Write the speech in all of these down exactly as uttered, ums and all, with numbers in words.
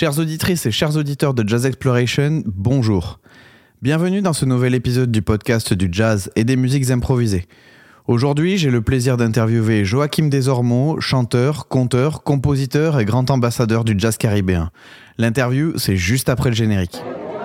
Chères auditrices et chers auditeurs de Jazz Exploration, bonjour. Bienvenue dans ce nouvel épisode du podcast du jazz et des musiques improvisées. Aujourd'hui, j'ai le plaisir d'interviewer Joachim Desormeaux, chanteur, conteur, compositeur et grand ambassadeur du jazz caribéen. L'interview, c'est juste après le générique.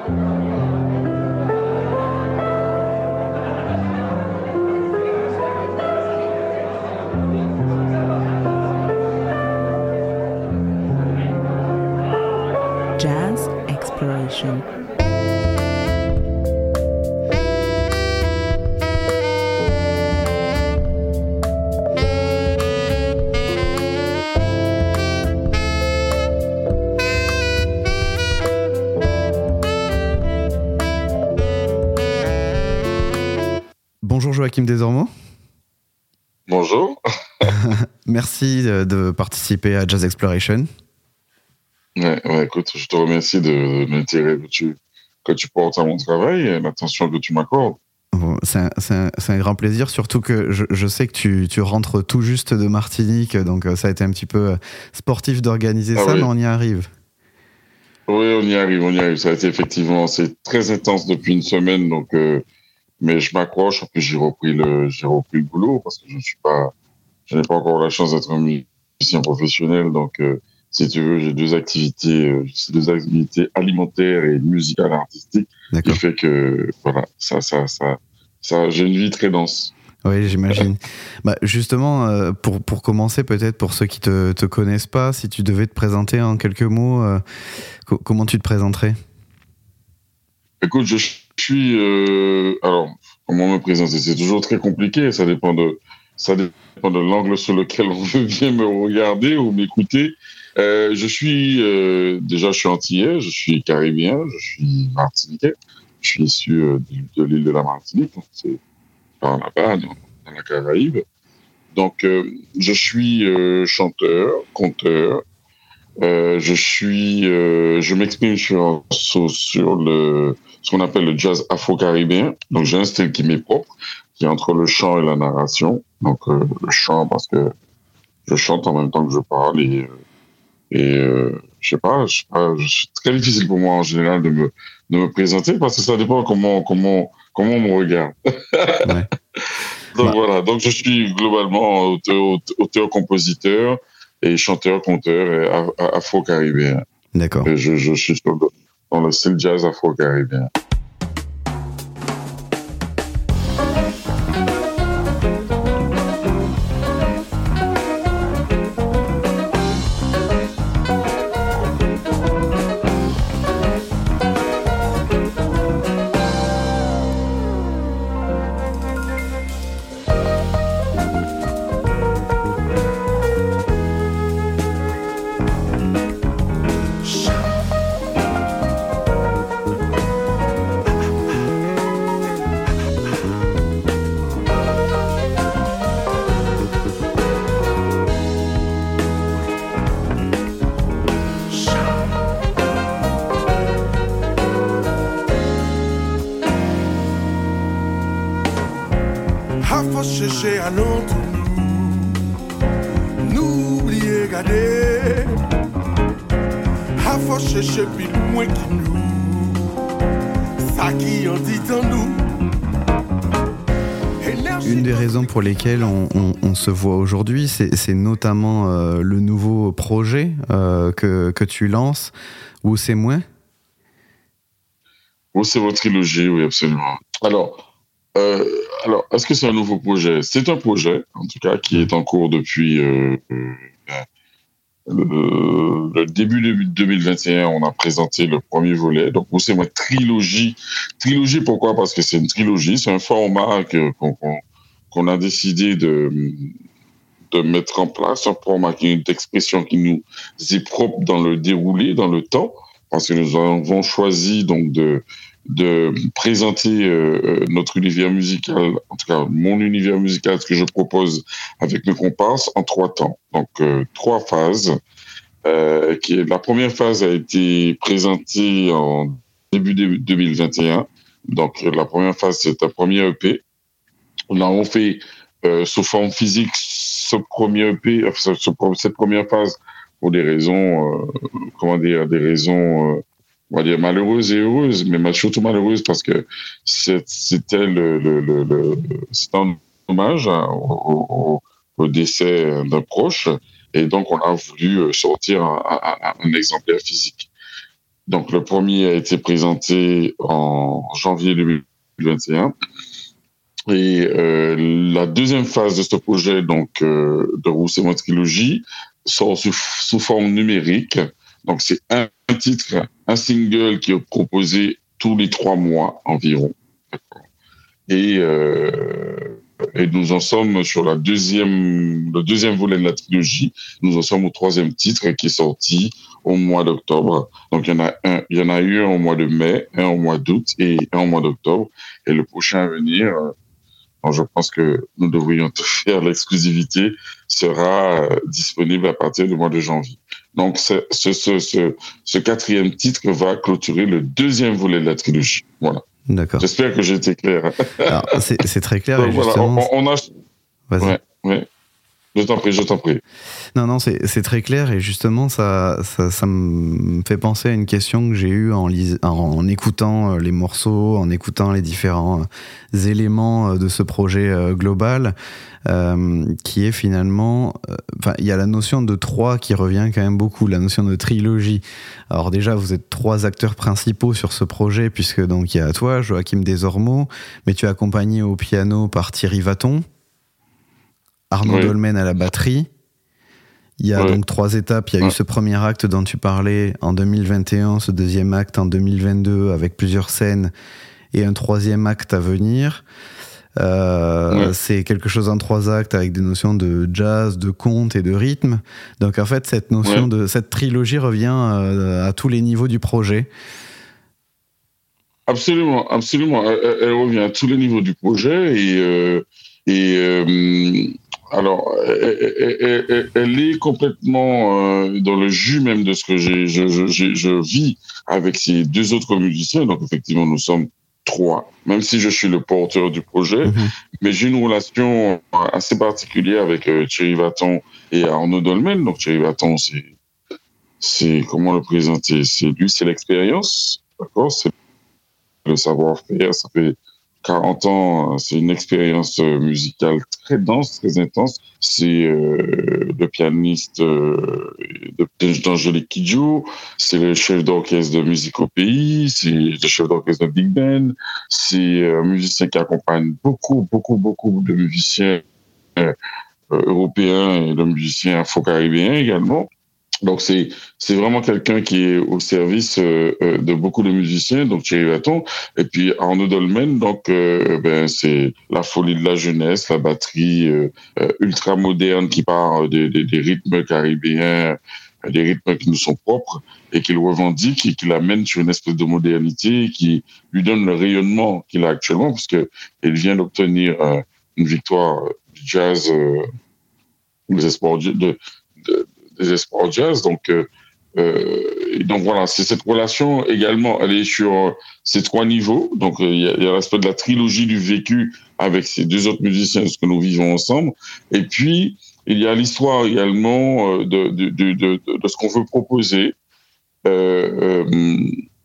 Jazz Exploration. Bonjour Joachim Desormeaux. Bonjour. Merci de, de participer à Jazz Exploration. Ouais, ouais, écoute, je te remercie de, de l'intérêt que tu, que tu portes à mon travail et l'attention que tu m'accordes. Bon, c'est, un, c'est, un, c'est un grand plaisir, surtout que je, je sais que tu, tu rentres tout juste de Martinique, donc ça a été un petit peu sportif d'organiser ah ça, oui. Mais on y arrive. Oui, on y arrive, on y arrive. Ça a été effectivement, c'est très intense depuis une semaine, donc, euh, mais je m'accroche. En plus, j'ai repris le, j'ai repris le boulot parce que je ne suis pas, je n'ai pas encore la chance d'être un musicien professionnel, donc. Euh, Si tu veux, j'ai deux activités, euh, deux activités alimentaires et musicales artistiques. D'accord. Qui fait que, voilà, ça, ça, ça, ça, j'ai une vie très dense. Oui, j'imagine. bah, justement, euh, pour, pour commencer, peut-être pour ceux qui ne te, te connaissent pas, si tu devais te présenter en quelques mots, euh, co- comment tu te présenterais ? Écoute, je suis... Euh, alors, comment me présenter ? C'est toujours très compliqué, ça dépend de, ça dépend de l'angle sur lequel on veut bien me regarder ou m'écouter. Euh, je suis euh, déjà je suis antillais, je suis caribéen, je suis martiniquais, je suis issu euh, de, de l'île de la Martinique, donc c'est par là-bas dans, dans la Caraïbe. Donc euh, je suis euh, chanteur, conteur, euh, je suis, euh, je m'exprime sur sur, sur le ce qu'on appelle le jazz afro-caribéen. Donc j'ai un style qui m'est propre, qui est entre le chant et la narration. Donc euh, le chant parce que je chante en même temps que je parle et euh, Et euh, je sais pas, je sais pas, c'est très difficile pour moi en général de me de me présenter parce que ça dépend comment comment comment on me regarde. Ouais. donc bah. voilà, donc je suis globalement auteur, auteur, compositeur et chanteur, conteur et afro-caribéen. D'accord. Et je je suis dans le style jazz afro-caribéen. Chercher à l'autre nous, n'oubliez garder. À faut chercher plus loin que nous, ça qui en dit en nous. Une des raisons pour lesquelles on, on, on se voit aujourd'hui, c'est, c'est notamment euh, le nouveau projet euh, que, que tu lances, Où c'est moins. Où c'est votre trilogie, oui, absolument. Alors. Euh, alors, est-ce que c'est un nouveau projet ? C'est un projet, en tout cas, qui est en cours depuis euh, euh, le, le début de deux mille vingt et un. On a présenté le premier volet. Donc, c'est une trilogie. Trilogie, pourquoi ? Parce que c'est une trilogie. C'est un format que, qu'on, qu'on, qu'on a décidé de, de mettre en place, un format d'expression qui nous est propre dans le déroulé, dans le temps, parce que nous avons choisi donc de de présenter euh, notre univers musical, en tout cas mon univers musical, ce que je propose avec le comparse, en trois temps. Donc, euh, trois phases. Euh, qui est, la première phase a été présentée en début deux mille vingt et un. Donc, la première phase, c'est un premier E P. On a fait euh, sous forme physique ce premier E P, ce, ce, cette première phase pour des raisons, euh, comment dire, des raisons, euh, on va dire malheureuses et heureuses, mais surtout malheureuses parce que c'était le, le, le, le c'était un hommage hein, au, au, au décès d'un proche, et donc on a voulu sortir un, un, un exemplaire physique. Donc le premier a été présenté en janvier deux mille vingt et un. Et euh, la deuxième phase de ce projet, donc euh, de Rousseau Trilogie, sort sous, sous forme numérique. Donc c'est un, un titre, un single qui est proposé tous les trois mois environ. Et, euh, et nous en sommes sur la deuxième, le deuxième volet de la trilogie. Nous en sommes au troisième titre qui est sorti au mois d'octobre. Donc il y en a un, il y en a eu un au mois de mai, un au mois d'août et un au mois d'octobre. Et le prochain à venir. Donc, je pense que nous devrions te faire l'exclusivité, sera euh, disponible à partir du mois de janvier. Donc, ce, ce, ce, ce, ce quatrième titre va clôturer le deuxième volet de la trilogie. Voilà. D'accord. J'espère que j'ai été clair. Alors, c'est, c'est très clair. Donc, et voilà, justement... on, on a... Vas-y. Ouais, ouais. Je t'en prie, je t'en prie. Non, non, c'est, c'est très clair et justement, ça, ça, ça me fait penser à une question que j'ai eue en, lis- en écoutant les morceaux, en écoutant les différents éléments de ce projet global, euh, qui est finalement... Enfin, euh, il y a la notion de trois qui revient quand même beaucoup, la notion de trilogie. Alors déjà, vous êtes trois acteurs principaux sur ce projet, puisque donc il y a toi, Joachim Desormeaux, mais tu es accompagné au piano par Thierry Vaton, Arnaud oui. Dolmen à la batterie. Il y a oui. donc trois étapes. Il y a oui. eu ce premier acte dont tu parlais en deux mille vingt et un, ce deuxième acte en deux mille vingt-deux avec plusieurs scènes et un troisième acte à venir. Euh, oui. C'est quelque chose en trois actes avec des notions de jazz, de conte et de rythme. Donc en fait, cette notion oui. de cette trilogie revient à, à tous les niveaux du projet. Absolument, absolument. Elle, elle revient à tous les niveaux du projet et euh, et euh, alors, elle, elle, elle est complètement euh, dans le jus même de ce que j'ai, je, je, je, je vis avec ces deux autres musiciens. Donc, effectivement, nous sommes trois, même si je suis le porteur du projet. Mm-hmm. Mais j'ai une relation assez particulière avec euh, Thierry Vaton et Arnaud Dolmen. Donc, Thierry Vaton, c'est, c'est comment le présenter? C'est lui, c'est l'expérience, d'accord? C'est le savoir-faire. Ça fait quarante ans, c'est une expérience musicale très dense, très intense. C'est euh, le pianiste euh, d'Angélique Kidjo, c'est le chef d'orchestre de Musique au Pays, c'est le chef d'orchestre de Big Band, c'est un musicien qui accompagne beaucoup, beaucoup, beaucoup de musiciens euh, européens et de musiciens afro-caribéens également. Donc, c'est, c'est vraiment quelqu'un qui est au service euh, de beaucoup de musiciens, donc Thierry Vaton. Et puis Arnaud Dolmen, donc, euh, ben, c'est la folie de la jeunesse, la batterie euh, ultra moderne qui part des, des, des rythmes caribéens, des rythmes qui nous sont propres et qu'il revendique et qui l'amène sur une espèce de modernité et qui lui donne le rayonnement qu'il a actuellement, parce que il vient d'obtenir euh, une victoire du jazz, euh, des espoirs de, de, de des espoirs jazz. Donc, euh, euh, donc voilà, c'est cette relation également, elle est sur ces trois niveaux. Donc, il y a, il y a l'aspect de la trilogie du vécu avec ces deux autres musiciens, ce que nous vivons ensemble. Et puis, il y a l'histoire également de, de, de, de, de ce qu'on veut proposer euh, euh,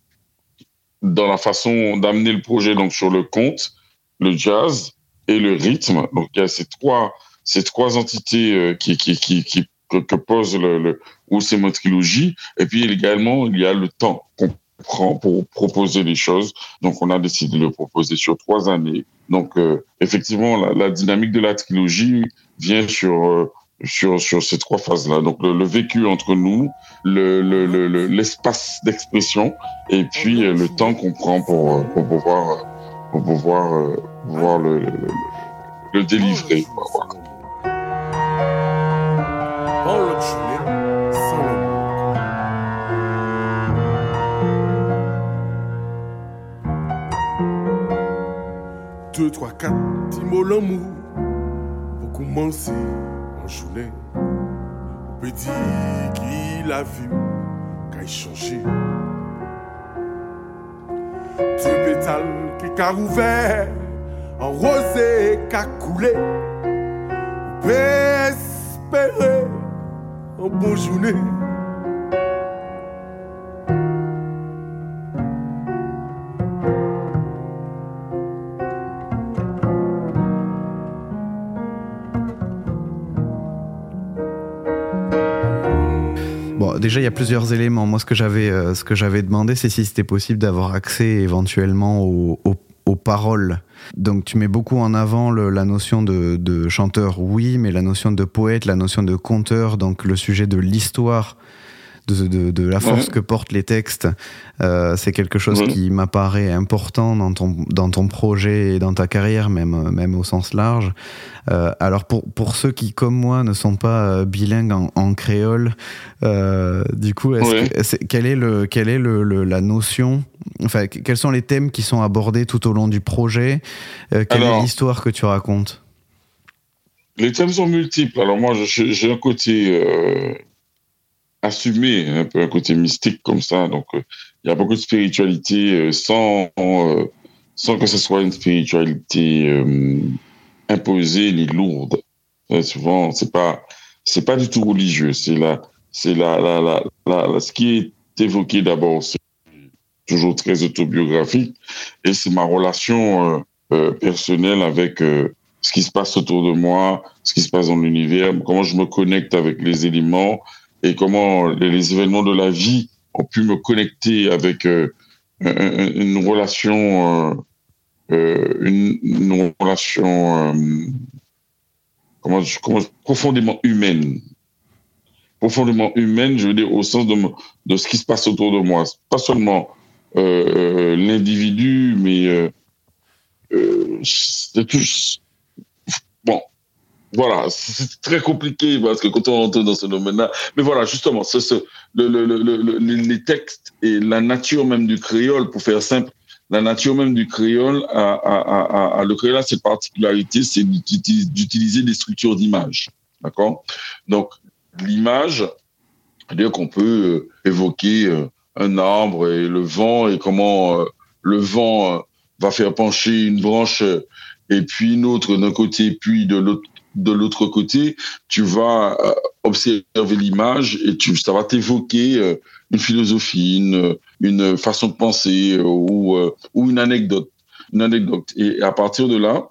dans la façon d'amener le projet, donc sur le conte, le jazz et le rythme. Donc, il y a ces trois, ces trois entités euh, qui, qui, qui, qui Que, que pose le, le Rousseau Trilogie. Et puis également, il y a le temps qu'on prend pour proposer les choses. Donc, on a décidé de le proposer sur trois années. Donc, euh, effectivement, la, la dynamique de la trilogie vient sur, euh, sur, sur ces trois phases-là. Donc, le, le vécu entre nous, le, le, le, le, l'espace d'expression et puis euh, le temps qu'on prend pour, pour pouvoir, pour pouvoir, euh, pouvoir le, le, le, le délivrer. Voilà. Deux, trois, quatre, dix mots l'amour pour commencer en journée. On peut dire qu'il a vu, qu'il a changé. Deux pétales qui qu'a ouvert, en rosé qu'a coulé. On peut espérer en bonne journée. déjà, il y a plusieurs éléments. Moi, ce que j'avais, euh, ce que j'avais demandé, c'est si c'était possible d'avoir accès éventuellement aux, aux, aux paroles. Donc, tu mets beaucoup en avant le, la notion de, de chanteur, oui, mais la notion de poète, la notion de conteur, donc le sujet de l'histoire, de, de, de la force ouais. que portent les textes, euh, c'est quelque chose ouais. qui m'apparaît important dans ton, dans ton projet et dans ta carrière, même, même au sens large. Euh, alors pour, pour ceux qui, comme moi, ne sont pas bilingues en, en créole, euh, du coup, est-ce ouais. que, c'est, quelle est, le, quelle est le, le, la notion, enfin, quels sont les thèmes qui sont abordés tout au long du projet, euh, quelle alors, est l'histoire que tu racontes? Les thèmes sont multiples. Alors moi, j'ai, j'ai un côté... Euh... assumé, un peu un côté mystique comme ça. Donc, il euh, y a beaucoup de spiritualité euh, sans, euh, sans que ce soit une spiritualité euh, imposée ni lourde. Et souvent, c'est pas, c'est pas du tout religieux. C'est la, c'est la, la, la, la, la, ce qui est évoqué d'abord, c'est toujours très autobiographique, et c'est ma relation euh, euh, personnelle avec euh, ce qui se passe autour de moi, ce qui se passe dans l'univers, comment je me connecte avec les éléments, et comment les événements de la vie ont pu me connecter avec euh, une relation, euh, euh, une, une relation euh, comment, comment, profondément humaine. Profondément humaine, je veux dire, au sens de, de ce qui se passe autour de moi. Pas seulement euh, l'individu, mais euh, euh, c'est tout. Bon. Voilà, c'est très compliqué parce que quand on rentre dans ce domaine-là, mais voilà, justement, c'est ce, le, le, le, le, les textes et la nature même du créole, pour faire simple, la nature même du créole, a, a, a, a, le créole a cette particularité, c'est d'utiliser des structures d'image, d'accord? Donc, l'image, c'est-à-dire qu'on peut évoquer un arbre et le vent et comment le vent va faire pencher une branche et puis une autre d'un côté, puis de l'autre. De l'autre côté, tu vas euh, observer l'image et tu, ça va t'évoquer euh, une philosophie, une, une façon de penser euh, ou, euh, ou une anecdote, une anecdote. Et à partir de là,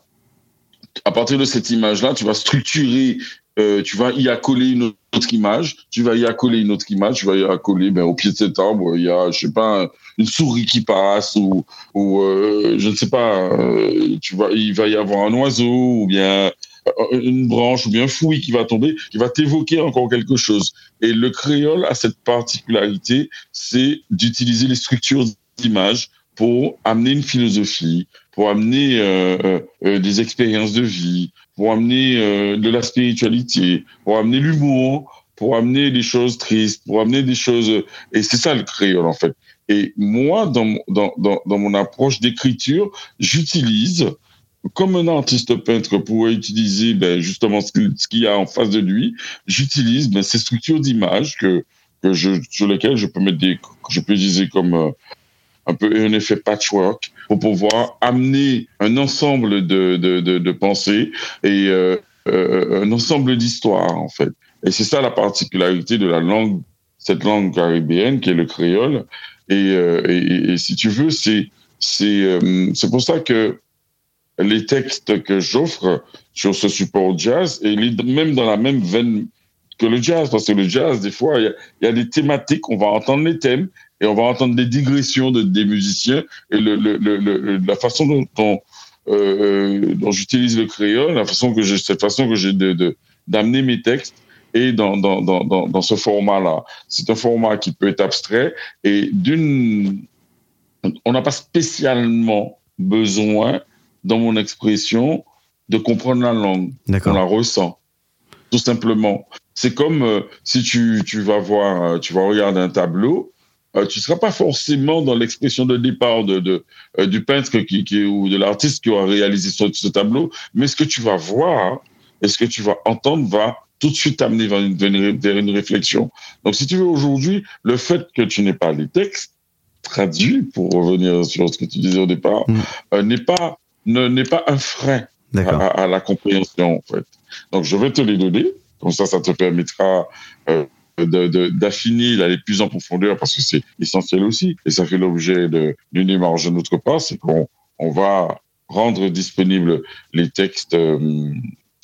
à partir de cette image-là, tu vas structurer, euh, tu vas y accoler une autre image, tu vas y accoler une autre image, tu vas y accoler, ben, au pied de cet arbre, il y a, je sais pas, une souris qui passe ou, ou euh, je ne sais pas, euh, tu vas, il va y avoir un oiseau ou bien une branche ou bien un fruit qui va tomber, qui va t'évoquer encore quelque chose. Et le créole a cette particularité, c'est d'utiliser les structures d'image pour amener une philosophie, pour amener euh, euh, des expériences de vie, pour amener euh, de la spiritualité, pour amener l'humour, pour amener des choses tristes, pour amener des choses... Et c'est ça le créole, en fait. Et moi, dans, dans, dans, dans mon approche d'écriture, j'utilise... Comme un artiste peintre pourrait utiliser ben, justement ce qu'il y a en face de lui, j'utilise ben, ces structures d'image que, que je, sur lesquelles je peux mettre des, je peux utiliser comme euh, un peu un effet patchwork pour pouvoir amener un ensemble de, de, de, de pensées et euh, euh, un ensemble d'histoires en fait. Et c'est ça la particularité de la langue, cette langue caribéenne qui est le créole. Et, euh, et, et si tu veux, c'est, c'est, euh, c'est pour ça que les textes que j'offre sur ce support jazz, et même dans la même veine que le jazz, parce que le jazz, des fois, il y, y a des thématiques, on va entendre les thèmes, et on va entendre des digressions de, des musiciens, et le, le, le, le, la façon dont, on, euh, dont j'utilise le créole, la façon que j'ai, cette façon que j'ai de, de, d'amener mes textes, et dans, dans, dans, dans, dans ce format-là. C'est un format qui peut être abstrait, et d'une... on n'a pas spécialement besoin dans mon expression, de comprendre la langue. D'accord. On la ressent, tout simplement. C'est comme euh, si tu, tu vas voir, euh, tu vas regarder un tableau, euh, tu ne seras pas forcément dans l'expression de départ de, de, euh, du peintre qui, qui, ou de l'artiste qui aura réalisé ce, ce tableau, mais ce que tu vas voir et ce que tu vas entendre va tout de suite t'amener vers une, vers une réflexion. Donc, si tu veux, aujourd'hui, le fait que tu n'aies pas les textes traduits, pour revenir sur ce que tu disais au départ, mmh. euh, n'est pas Ne, n'est pas un frein à, à la compréhension, en fait. Donc, je vais te les donner. Comme ça, ça te permettra euh, de, de, d'affiner, d'aller plus en profondeur, parce que c'est essentiel aussi. Et ça fait l'objet de, d'une démarche de notre part, c'est qu'on on va rendre disponibles les textes euh,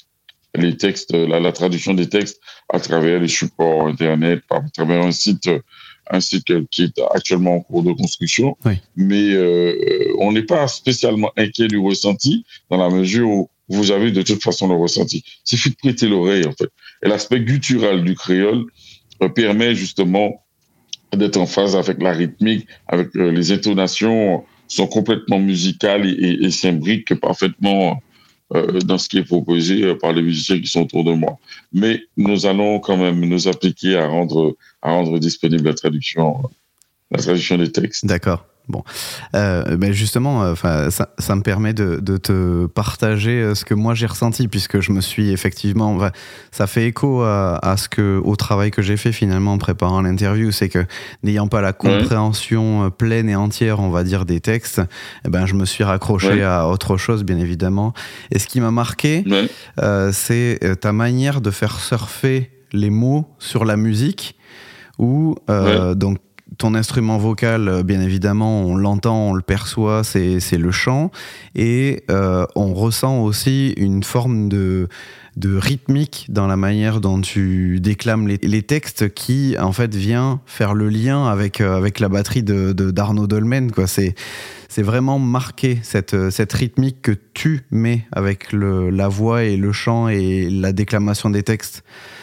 les textes, la, la traduction des textes à travers les supports Internet, à travers un site, un site qui est actuellement en cours de construction. Oui. Mais euh, on n'est pas spécialement inquiet du ressenti dans la mesure où vous avez de toute façon le ressenti. Il suffit de prêter l'oreille, en fait. Et l'aspect guttural du créole euh, permet justement d'être en phase avec la rythmique, avec euh, les intonations sont complètement musicales et, et, et s'imbriquent parfaitement euh, dans ce qui est proposé euh, par les musiciens qui sont autour de moi. Mais nous allons quand même nous appliquer à rendre, à rendre disponible la traduction, la traduction des textes. D'accord. Bon, euh, mais justement, enfin, ça, ça me permet de, de te partager ce que moi j'ai ressenti, puisque je me suis effectivement, enfin, ça fait écho à, à ce que, au travail que j'ai fait finalement en préparant l'interview, c'est que n'ayant pas la compréhension ouais. pleine et entière, on va dire, des textes, eh ben, je me suis raccroché ouais. à autre chose, bien évidemment. Et ce qui m'a marqué, ouais. euh, c'est ta manière de faire surfer les mots sur la musique, où euh, ouais. donc ton instrument vocal, bien évidemment, on l'entend, on le perçoit, c'est, c'est le chant. Et euh, on ressent aussi une forme de, de rythmique dans la manière dont tu déclames les, les textes qui, en fait, vient faire le lien avec, euh, avec la batterie de, de, d'Arnaud Dolmen, quoi. C'est, c'est vraiment marqué, cette, cette rythmique que tu mets avec le, la voix et le chant et la déclamation des textes.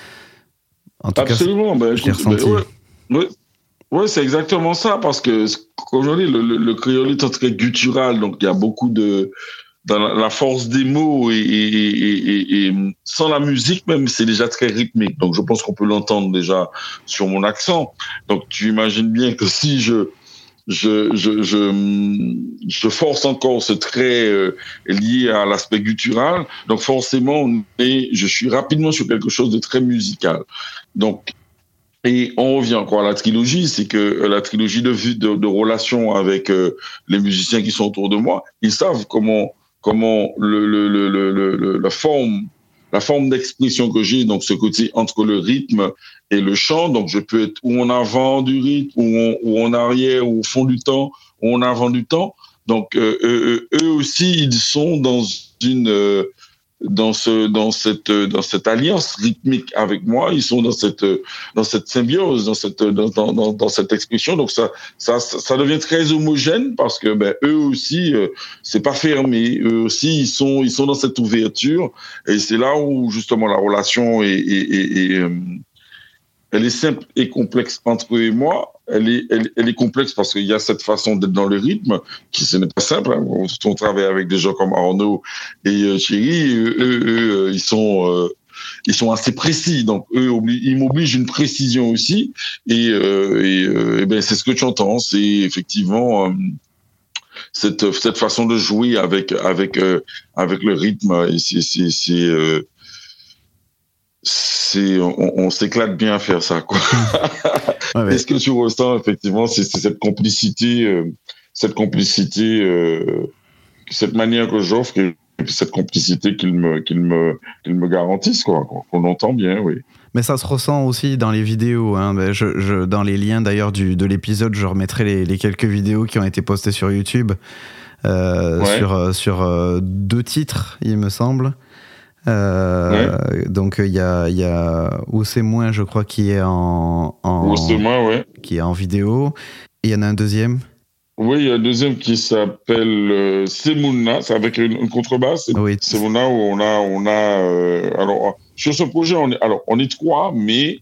En tout Absolument. cas, ben, je l'ai ressenti. Ben, ouais, ouais. Oui, c'est exactement ça, parce que, comme je dis, le, le, le créole est très guttural, donc il y a beaucoup de... Dans la, la force des mots, et, et, et, et, et sans la musique même, c'est déjà très rythmique. Donc je pense qu'on peut l'entendre déjà sur mon accent. Donc tu imagines bien que si je... Je, je, je, je force encore ce trait euh, lié à l'aspect guttural, donc forcément, et je suis rapidement sur quelque chose de très musical. Donc, et on revient encore à la trilogie, c'est que la trilogie de, de, de relations avec euh, les musiciens qui sont autour de moi, ils savent comment, comment le, le, le, le, le, la forme, la forme d'expression que j'ai, donc ce côté entre le rythme et le chant, donc je peux être ou en avant du rythme, ou en, ou en arrière, ou au fond du temps, ou en avant du temps. Donc euh, eux, eux aussi, ils sont dans une... Euh, dans ce dans cette dans cette alliance rythmique avec moi, ils sont dans cette dans cette symbiose, dans cette dans dans dans cette expression. Donc ça ça ça devient très homogène, parce que ben eux aussi euh, c'est pas fermé, eux aussi ils sont ils sont dans cette ouverture, et c'est là où justement la relation est est, est, est euh, elle est simple et complexe entre eux et moi. Elle est, elle, elle est complexe parce qu'il y a cette façon d'être dans le rythme, qui ce n'est pas simple. Hein. On, on travaille avec des gens comme Arnaud et euh, Thierry. Eux, eux, eux, ils sont, euh, ils sont assez précis. Donc, eux, ils m'obligent une précision aussi. Et, euh, et, euh, et ben, c'est ce que tu entends. C'est effectivement euh, cette, cette façon de jouer avec, avec, euh, avec le rythme. Et c'est, c'est, c'est euh, C'est, on, on s'éclate bien à faire ça, quoi. Ouais, ouais. Et ce que tu ressens, effectivement, c'est, c'est cette complicité, euh, cette complicité, euh, cette manière que j'offre, et cette complicité qu'ils me, qu'ils me, qu'ils me garantissent, quoi. Qu'on entend bien, oui. Mais ça se ressent aussi dans les vidéos. Hein. Je, je, dans les liens, d'ailleurs, du, de l'épisode, je remettrai les, les quelques vidéos qui ont été postées sur YouTube, euh, ouais. sur, sur euh, deux titres, il me semble. Euh, ouais. Donc il y a il y a Ou c'est moins, je crois, qui est en, en Ou c'est moins, ouais. qui est en vidéo. Et il y en a un deuxième. Oui, il y a un deuxième qui s'appelle euh, Semouna, c'est avec une, une contrebasse. Oui. Semouna, où on a on a euh, alors sur ce projet on est alors on est trois, mais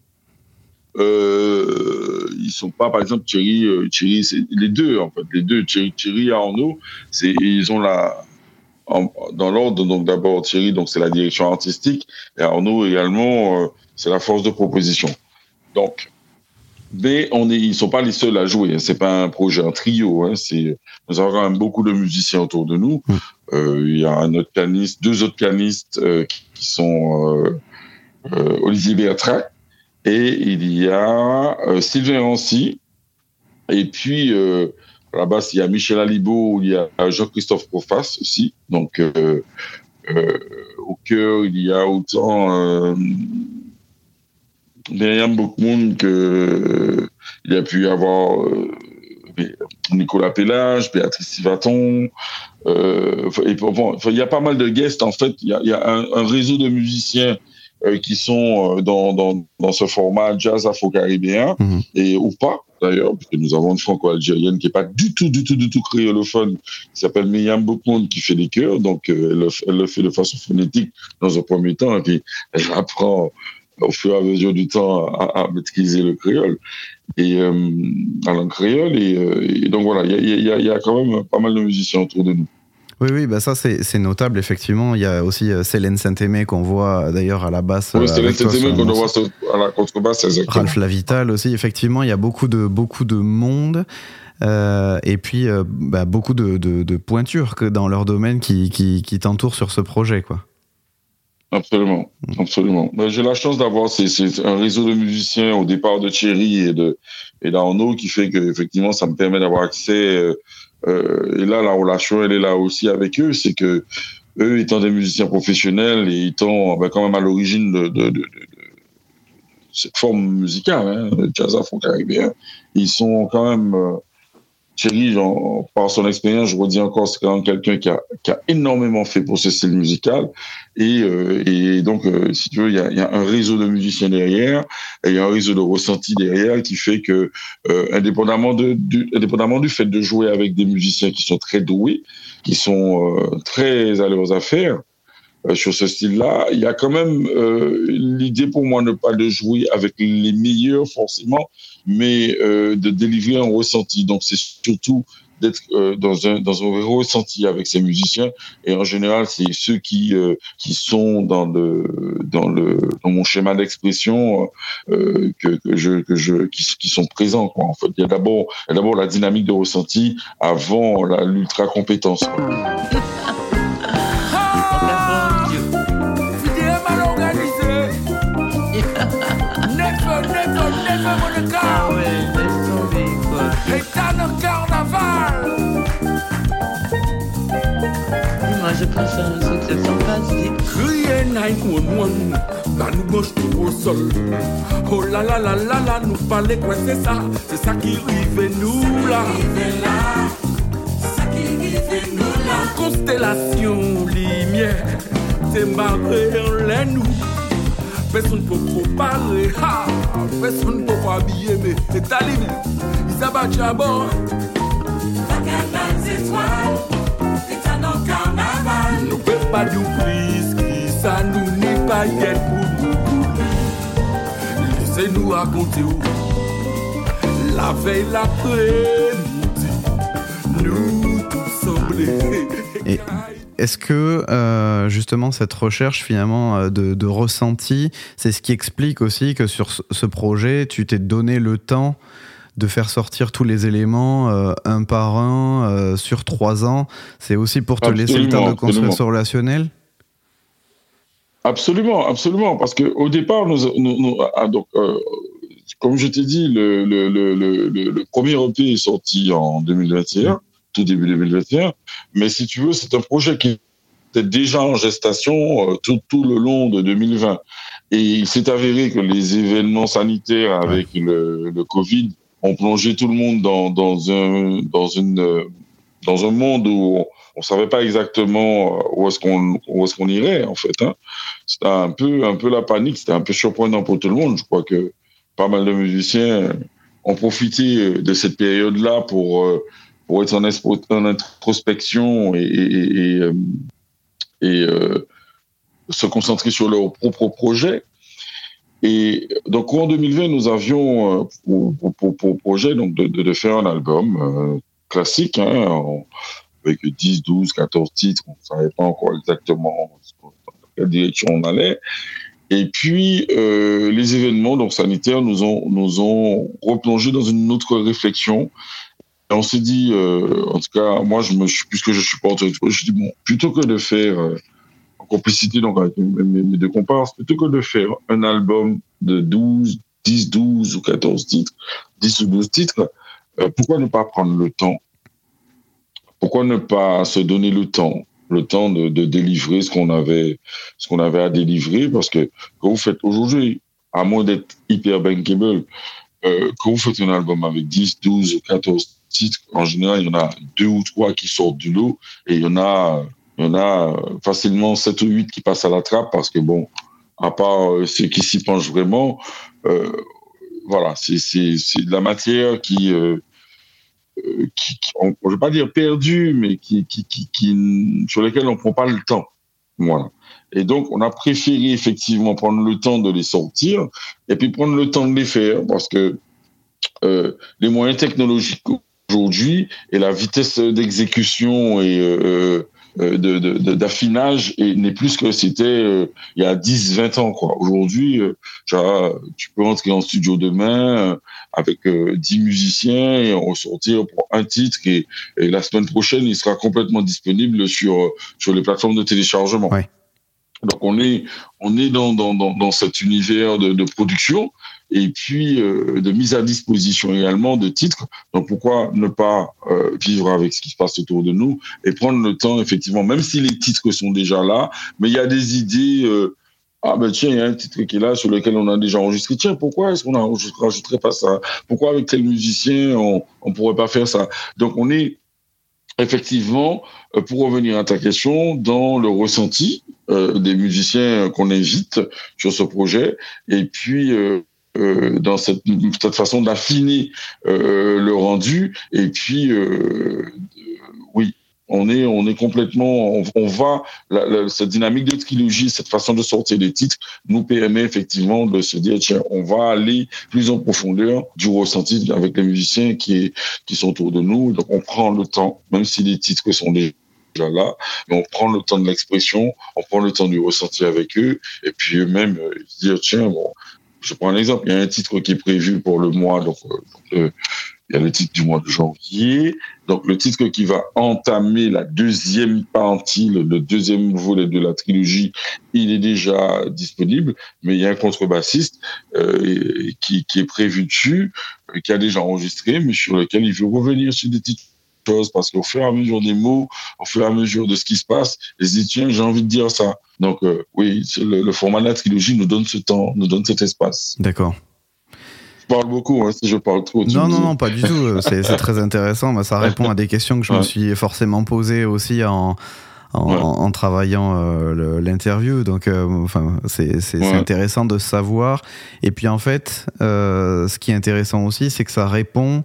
euh, ils sont pas, par exemple, Thierry euh, Thierry c'est les deux en fait les deux Thierry Thierry et Arnaud, c'est ils ont la En, dans l'ordre, donc d'abord Thierry, donc c'est la direction artistique, et Arnaud également, euh, c'est la force de proposition. Donc, mais on est, ils sont pas les seuls à jouer. Hein, c'est pas un projet en trio. Hein, c'est, nous avons quand même beaucoup de musiciens autour de nous. Mmh. Euh, il y a un autre pianiste, deux autres pianistes euh, qui, qui sont euh, euh, Olivier Bertrac, et il y a euh, Sylvain Rancy, et puis euh, à la basse, il y a Michel Alibaud, il y a Jean-Christophe Proface aussi. Donc, euh, euh, au cœur, il y a autant euh, Myriam Bokmoun que euh, il y a pu y avoir euh, Nicolas Pellage, Béatrice Sivaton. Euh, et bon, il y a pas mal de guests, en fait. Il y a, il y a un, un réseau de musiciens euh, qui sont dans, dans, dans ce format jazz afro-caribéen, mmh. et ou pas, d'ailleurs, puisque nous avons une franco-algérienne qui n'est pas du tout, du tout, du tout créolophone, qui s'appelle Myriam Bokmoun, qui fait des chœurs. Donc, euh, elle, le, elle le fait de façon phonétique dans un premier temps, et puis elle apprend au fur et à mesure du temps à, à maîtriser le créole, et euh, la langue créole. Et, euh, et donc voilà, il y, y, y a quand même pas mal de musiciens autour de nous. Oui, oui, bah ça c'est, c'est notable, effectivement. Il y a aussi euh, Célène Saint-Aimé qu'on voit d'ailleurs à la basse. Oui, Célène Saint-Aimé qu'on voit à la contrebasse, exactement. Ralph Lavital aussi, effectivement, il y a beaucoup de, beaucoup de monde. Euh, et puis euh, bah, beaucoup de, de, de pointures que dans leur domaine qui, qui, qui t'entourent sur ce projet, quoi. Absolument, absolument. Ben, j'ai la chance d'avoir c'est, c'est un réseau de musiciens au départ de Thierry et de et d'Arnaud qui fait que effectivement ça me permet d'avoir accès. Euh, euh, et là, la relation, elle est là aussi avec eux, c'est que eux étant des musiciens professionnels et étant ben, quand même à l'origine de, de, de, de, de cette forme musicale, hein, le jazz afro-caribéen, ils sont quand même euh, Thierry, genre, par son expérience, je redis encore, c'est quand même quelqu'un qui a, qui a énormément fait pour ce style musical. Et, euh, et donc, euh, si tu veux, il y a, y a un réseau de musiciens derrière, et il y a un réseau de ressentis derrière qui fait que, euh, indépendamment, de, du, indépendamment du fait de jouer avec des musiciens qui sont très doués, qui sont euh, très à leurs affaires, Euh, sur ce style-là, il y a quand même euh, l'idée pour moi ne pas de jouer avec les meilleurs forcément, mais euh, de délivrer un ressenti. Donc c'est surtout d'être euh, dans un dans un ressenti avec ces musiciens. Et en général, c'est ceux qui euh, qui sont dans le dans le dans mon schéma d'expression euh, que que je que je qui, qui sont présents, quoi. En fait, il y a d'abord il y a d'abord la dynamique de ressenti avant la l'ultra compétence, quoi. Moi je pense à un succès fantastique. Crier neuf un un, bah nous gauche tout au sol. Oh là là là là là, nous parler quoi c'est ça, c'est ça qui rive nous là. C'est ça qui rive nous là. Constellation, lumière, c'est marré en l'air nous. Personne ne peut pas parler, ha, personne ne peut pas habiller, mais c'est talibé, ils s'abattent à bord. Regarde les étoiles, c'est un an carnaval. Nous ne pouvons pas du plus, qui ça nous n'est pas yet pour nous. Laissez-nous raconter où, la veille, l'après-midi, nous tous semblés. Et est-ce que euh, justement cette recherche finalement de, de ressenti, c'est ce qui explique aussi que sur ce projet, tu t'es donné le temps de faire sortir tous les éléments euh, un par un euh, sur trois ans? C'est aussi pour te absolument, laisser le temps de construire absolument. Ce relationnel? Absolument, absolument, parce qu'au départ, nous, nous, nous ah, donc, euh, comme je t'ai dit, le, le, le, le, le premier E P est sorti en deux mille vingt et un. Tout début deux mille vingt et un, mais si tu veux, c'est un projet qui était déjà en gestation euh, tout, tout le long de deux mille vingt. Et il s'est avéré que les événements sanitaires avec ouais. le, le Covid ont plongé tout le monde dans, dans, un, dans, une, dans un monde où on ne savait pas exactement où est-ce qu'on, où est-ce qu'on irait, en fait. Hein. C'était un peu, un peu la panique, c'était un peu surprenant pour tout le monde. Je crois que pas mal de musiciens ont profité de cette période-là pour... Euh, pour être en, espo- en introspection et, et, et, et euh, se concentrer sur leur propre projet. Et donc, en deux mille vingt, nous avions pour, pour, pour, pour projet donc, de, de, de faire un album euh, classique, hein, en, avec dix, douze, quatorze titres. On ne savait pas encore exactement dans quelle direction on allait. Et puis, euh, les événements donc, sanitaires nous ont, nous ont replongé dans une autre réflexion. Et on s'est dit, euh, en tout cas, moi, je me, puisque je suis porteur de projet, je dis, bon, plutôt que de faire, euh, en complicité donc, avec mes, mes deux comparses, plutôt que de faire un album de douze, dix, douze ou quatorze titres, dix ou douze titres, euh, pourquoi ne pas prendre le temps? Pourquoi ne pas se donner le temps? Le temps de, de délivrer ce qu'on avait, ce qu'on avait à délivrer? Parce que quand vous faites aujourd'hui, à moins d'être hyper bankable, euh, quand vous faites un album avec dix, douze ou quatorze titres, en général, il y en a deux ou trois qui sortent du lot et il y en a, il y en a facilement sept ou huit qui passent à la trappe parce que, bon, à part euh, ceux qui s'y penchent vraiment, euh, voilà, c'est, c'est, c'est de la matière qui, euh, qui, qui on, je ne veux pas dire perdue, mais qui, qui, qui, qui, sur lesquelles on ne prend pas le temps. Voilà. Et donc, on a préféré effectivement prendre le temps de les sortir et puis prendre le temps de les faire parce que euh, les moyens technologiques aujourd'hui et la vitesse d'exécution et euh, de, de, de, d'affinage et n'est plus ce que c'était euh, il y a dix, vingt ans, quoi. Aujourd'hui, euh, genre, tu peux entrer en studio demain euh, avec euh, dix musiciens et en ressortir pour un titre et, et la semaine prochaine, il sera complètement disponible sur, sur les plateformes de téléchargement. Ouais. Donc, on est, on est dans, dans, dans, dans cet univers de, de production et puis euh, de mise à disposition également de titres. Donc, pourquoi ne pas euh, vivre avec ce qui se passe autour de nous et prendre le temps, effectivement, même si les titres sont déjà là, mais il y a des idées... Euh, ah ben tiens, il y a un titre qui est là sur lequel on a déjà enregistré. Tiens, pourquoi est-ce qu'on ne rajouterait pas ça? Pourquoi avec tel musicien, on ne pourrait pas faire ça? Donc, on est... Effectivement, pour revenir à ta question, dans le ressenti euh, des musiciens qu'on invite sur ce projet, et puis euh, euh, dans cette, cette façon d'affiner euh, le rendu, et puis euh, oui, on est, on est complètement, on, on va, la, la, cette dynamique de trilogie, cette façon de sortir des titres nous permet effectivement de se dire, tiens, on va aller plus en profondeur du ressenti avec les musiciens qui, qui sont autour de nous. Donc, on prend le temps, même si les titres sont déjà là, mais on prend le temps de l'expression, on prend le temps du ressenti avec eux, et puis eux-mêmes, euh, se dire, tiens, bon, je prends un exemple, il y a un titre qui est prévu pour le mois, donc, euh, il y a le titre du mois de janvier. Donc, le titre qui va entamer la deuxième partie, le, le deuxième volet de la trilogie, il est déjà disponible. Mais il y a un contrebassiste euh, qui, qui est prévu dessus, euh, qui a déjà enregistré, mais sur lequel il veut revenir sur des petites choses parce qu'au fur et à mesure des mots, au fur et à mesure de ce qui se passe, il se dit, tiens, j'ai envie de dire ça. Donc, euh, oui, le, le format de la trilogie nous donne ce temps, nous donne cet espace. D'accord. Je parle beaucoup, hein, si je parle trop. Non, non, non, pas du tout. C'est, c'est très intéressant. Bah, ça répond à des questions que je ouais. me suis forcément posées aussi en, en, ouais. en, en travaillant euh, le, l'interview. Donc, euh, enfin, c'est, c'est, ouais. c'est intéressant de savoir. Et puis, en fait, euh, ce qui est intéressant aussi, c'est que ça répond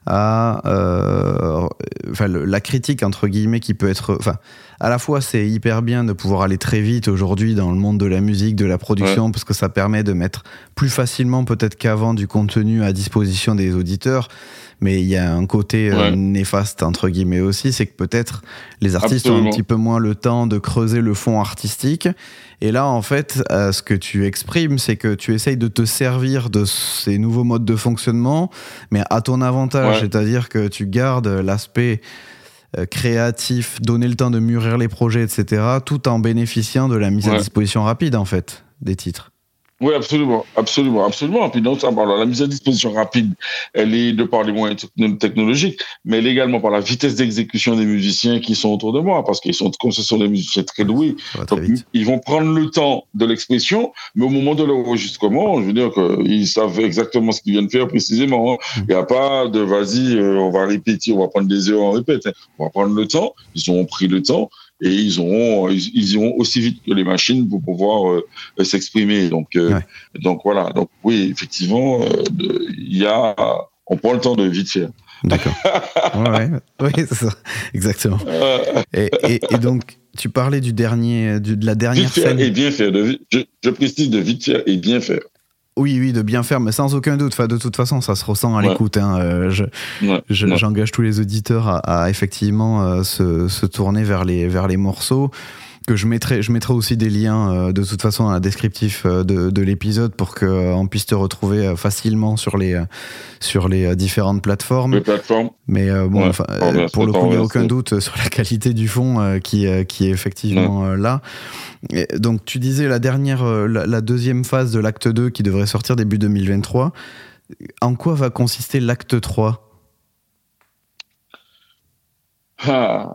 à euh, enfin, le, la critique, entre guillemets, qui peut être... Enfin, à la fois, c'est hyper bien de pouvoir aller très vite aujourd'hui dans le monde de la musique, de la production, ouais. parce que ça permet de mettre plus facilement, peut-être qu'avant, du contenu à disposition des auditeurs. Mais il y a un côté ouais. euh, néfaste, entre guillemets aussi, c'est que peut-être les artistes Absolument. ont un petit peu moins le temps de creuser le fond artistique. Et là, en fait, euh, ce que tu exprimes, c'est que tu essayes de te servir de ces nouveaux modes de fonctionnement, mais à ton avantage, ouais. c'est-à-dire que tu gardes l'aspect euh, créatif, donner le temps de mûrir les projets, et cetera, tout en bénéficiant de la mise ouais. à disposition rapide, en fait, des titres. Oui, absolument, absolument, absolument. Puis donc, ça, alors, la mise à disposition rapide, elle est de par les moyens technologiques, mais elle est également par la vitesse d'exécution des musiciens qui sont autour de moi, parce qu'ils sont, comme ce sont des musiciens très doués, donc ils vont prendre le temps de l'expression, mais au moment de l'enregistrement, je veux dire qu'ils savent exactement ce qu'ils viennent faire précisément. Hein. Il n'y a pas de vas-y, euh, on va répéter, on va prendre des heures, on répète. Hein. On va prendre le temps. Ils ont pris le temps. Et ils auront, ils, ils iront aussi vite que les machines pour pouvoir euh, s'exprimer. Donc, euh, ouais. donc voilà. Donc oui, effectivement, il euh, y a, on prend le temps de vite faire. D'accord. ouais, ouais. Oui, c'est ça. Exactement. Euh... Et, et, et donc, tu parlais du dernier, du, de la dernière vite faire scène. Et bien faire. De, je, je précise de vite faire et bien faire. Oui, oui, de bien faire, mais sans aucun doute. Enfin, de toute façon, ça se ressent à ouais. l'écoute. Hein. Euh, je, ouais. Je, ouais. J'engage tous les auditeurs à, à effectivement euh, se, se tourner vers les, vers les morceaux. Que je mettrai, je mettrai aussi des liens euh, de toute façon dans le descriptif euh, de, de l'épisode pour qu'on euh, puisse te retrouver euh, facilement sur les, euh, sur les euh, différentes plateformes. Les plateformes. Mais euh, bon, ouais. enfin, euh, pour le coup, il n'y a aucun doute sur la qualité du fond euh, qui, euh, qui est effectivement euh, là. Et donc, tu disais la dernière, euh, la, la deuxième phase de l'acte deux qui devrait sortir début deux mille vingt-trois. En quoi va consister l'acte trois ? Ah.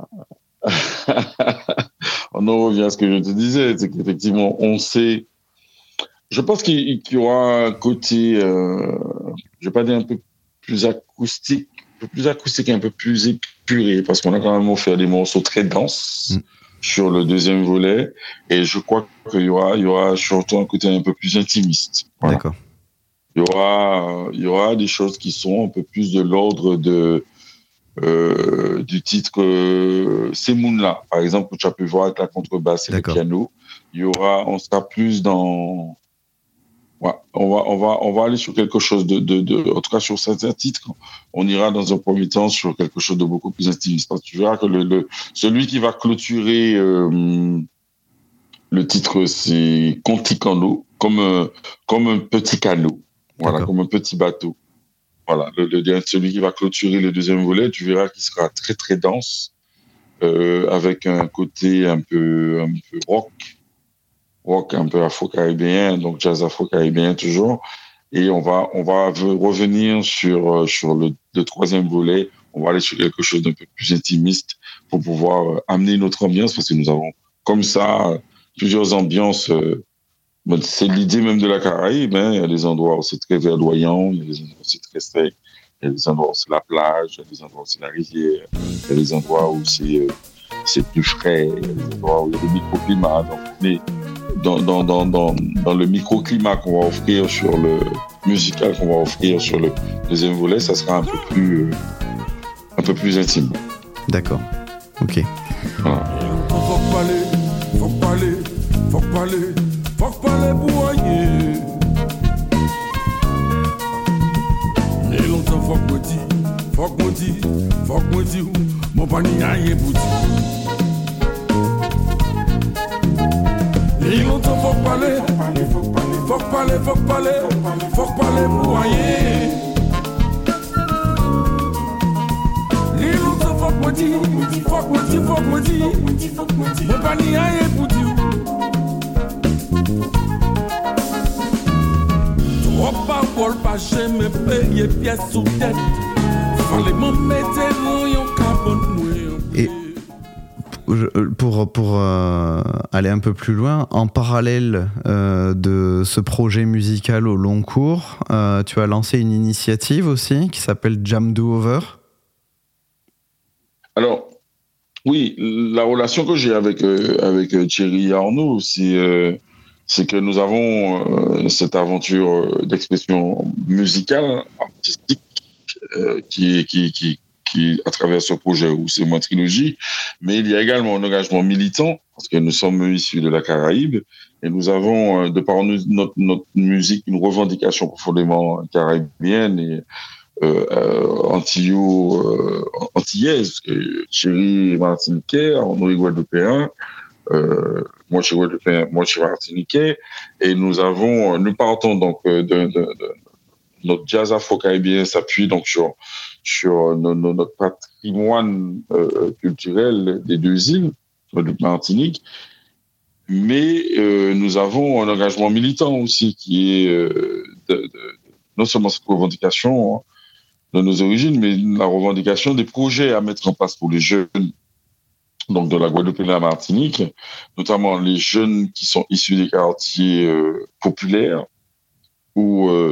On en revient à ce que je te disais, c'est qu'effectivement, on sait. Je pense qu'il y aura un côté, euh, je ne vais pas dire un peu plus acoustique, peu plus acoustique, un peu plus épuré, parce qu'on a quand même offert des morceaux très denses mm. sur le deuxième volet, et je crois qu'il y aura, il y aura surtout un côté un peu plus intimiste. Voilà. D'accord. Il y aura, il y aura des choses qui sont un peu plus de l'ordre de, euh, du titre euh, C'est Moon-là, par exemple, que tu as pu voir avec la contrebasse et D'accord. le piano. Il y aura, on sera plus dans... Ouais, on va, on va, on va aller sur quelque chose de, de, de, en tout cas sur certains titres, on ira dans un premier temps sur quelque chose de beaucoup plus intimiste. Parce que tu verras que le, le, celui qui va clôturer euh, le titre, c'est Conticano, comme, euh, comme un petit canot, voilà, D'accord. comme un petit bateau. Voilà, le, le, celui qui va clôturer le deuxième volet, tu verras qu'il sera très très dense, euh, avec un côté un peu, un peu rock. rock un peu afro-caribéen, donc jazz afro-caribéen toujours. Et on va, on va revenir sur, sur le, le troisième volet. On va aller sur quelque chose d'un peu plus intimiste pour pouvoir amener notre ambiance, parce que nous avons comme ça plusieurs ambiances. C'est l'idée même de la Caraïbe. Hein. Il y a des endroits où c'est très verdoyant, il y a des endroits où c'est très sec, il y a des endroits où c'est la plage, il y a des endroits où c'est la rivière, il y a des endroits où c'est, c'est plus frais, il y a des endroits où il y a des microclimats. Donc, mais Dans, dans, dans, dans, dans le microclimat qu'on va offrir sur le musical qu'on va offrir sur le deuxième volet, ça sera un peu plus, euh, un peu plus intime. D'accord. Ok. Voilà. Faut parler, faut parler, faut parler, faut parler boyer. Et longtemps faut que me dit, faut que me dit, faut que me dit, mon panier a rien pour dire. Et longtemps faut parler, faut parler, faut parler, faut parler, faut parler pour rien. Et longtemps faut me dire, faut me dire, faut me dire, mon panier a rien pour dire. Trop parole pas jamais payer pièce sous tête. Fallait m'en mettre un carbone. Et pour, pour euh, aller un peu plus loin, en parallèle euh, de ce projet musical au long cours, euh, tu as lancé une initiative aussi qui s'appelle Jam Do Over. Alors, oui, la relation que j'ai avec, euh, avec Thierry Arnaud, c'est, euh, c'est que nous avons euh, cette aventure d'expression musicale, artistique, euh, qui, qui, qui qui, à travers ce projet où c'est moi trilogie, mais il y a également un engagement militant, parce que nous sommes issus de la Caraïbe, et nous avons, de par nous, notre, notre musique, une revendication profondément caribéenne et euh, euh, antillo, euh, antillaise, parce que Thierry est martiniquais, Arnaud est guadeloupéen, euh, moi je suis guadeloupéen, moi je suis martiniquais, et nous avons, nous partons donc de, de, de notre jazz afro-caribéen s'appuie donc sur sur nos, nos, notre patrimoine euh, culturel des deux îles, de Martinique, mais euh, nous avons un engagement militant aussi qui est euh, de, de, non seulement cette revendication de nos origines, mais la revendication des projets à mettre en place pour les jeunes donc de la Guadeloupe et de la Martinique, notamment les jeunes qui sont issus des quartiers euh, populaires où euh,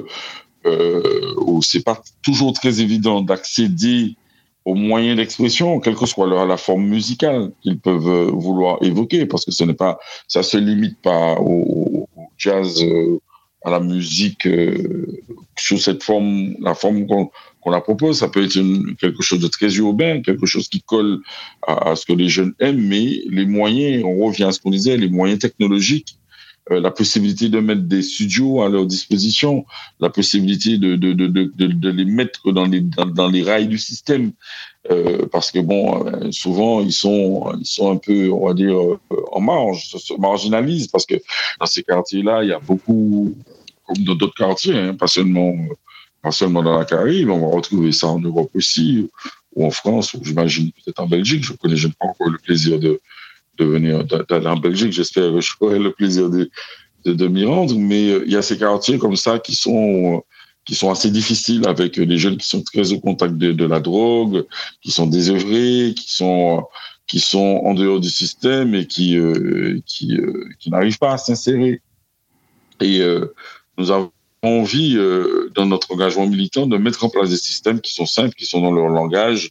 Euh, où c'est pas toujours très évident d'accéder aux moyens d'expression, quelle que soit leur, la forme musicale qu'ils peuvent euh, vouloir évoquer, parce que ce n'est pas, ça se limite pas au, au jazz, euh, à la musique euh, sous cette forme, la forme qu'on, qu'on la propose. Ça peut être une, quelque chose de très urbain, quelque chose qui colle à, à ce que les jeunes aiment, mais les moyens, on revient à ce qu'on disait, les moyens technologiques. Euh, la possibilité de mettre des studios à leur disposition, la possibilité de, de, de, de, de les mettre dans les, dans, dans les rails du système, euh, parce que bon, euh, souvent ils sont, ils sont un peu, on va dire, euh, en marge, se marginalisent, parce que dans ces quartiers-là, il y a beaucoup, comme dans d'autres quartiers, hein, pas seulement, pas seulement dans la Caraïbe, on va retrouver ça en Europe aussi, ou en France, ou j'imagine peut-être en Belgique. Je connais, je n'ai pas encore le plaisir de de venir d'aller en Belgique. J'espère que j'aurai le plaisir de, de, de m'y rendre. Mais il y a ces quartiers comme ça qui sont, qui sont assez difficiles, avec des jeunes qui sont très au contact de, de la drogue, qui sont désœuvrés, qui sont, qui sont en dehors du système et qui, euh, qui, euh, qui n'arrivent pas à s'insérer. Et euh, nous avons envie, euh, dans notre engagement militant, de mettre en place des systèmes qui sont simples, qui sont dans leur langage,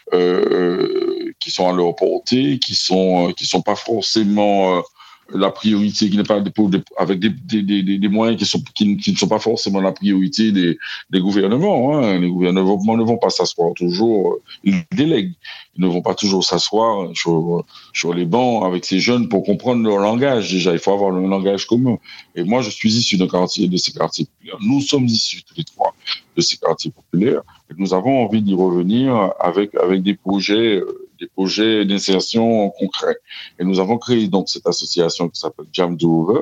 euh, qui sont à leur portée, qui sont, qui sont pas forcément euh, la priorité, qui n'est pas des, avec des, des, des, des moyens qui, sont, qui, qui ne sont pas forcément la priorité des, des gouvernements. Hein. Les gouvernements ne vont pas s'asseoir toujours, ils délèguent, ils ne vont pas toujours s'asseoir sur, sur les bancs avec ces jeunes pour comprendre leur langage. Déjà, il faut avoir le langage commun. Et moi, je suis issu d'un quartier, de ces quartiers populaires. Nous sommes issus tous les trois de ces quartiers populaires. Et nous avons envie d'y revenir avec, avec des projets, des projets d'insertion concrets. Et nous avons créé donc cette association qui s'appelle Jam Do Over,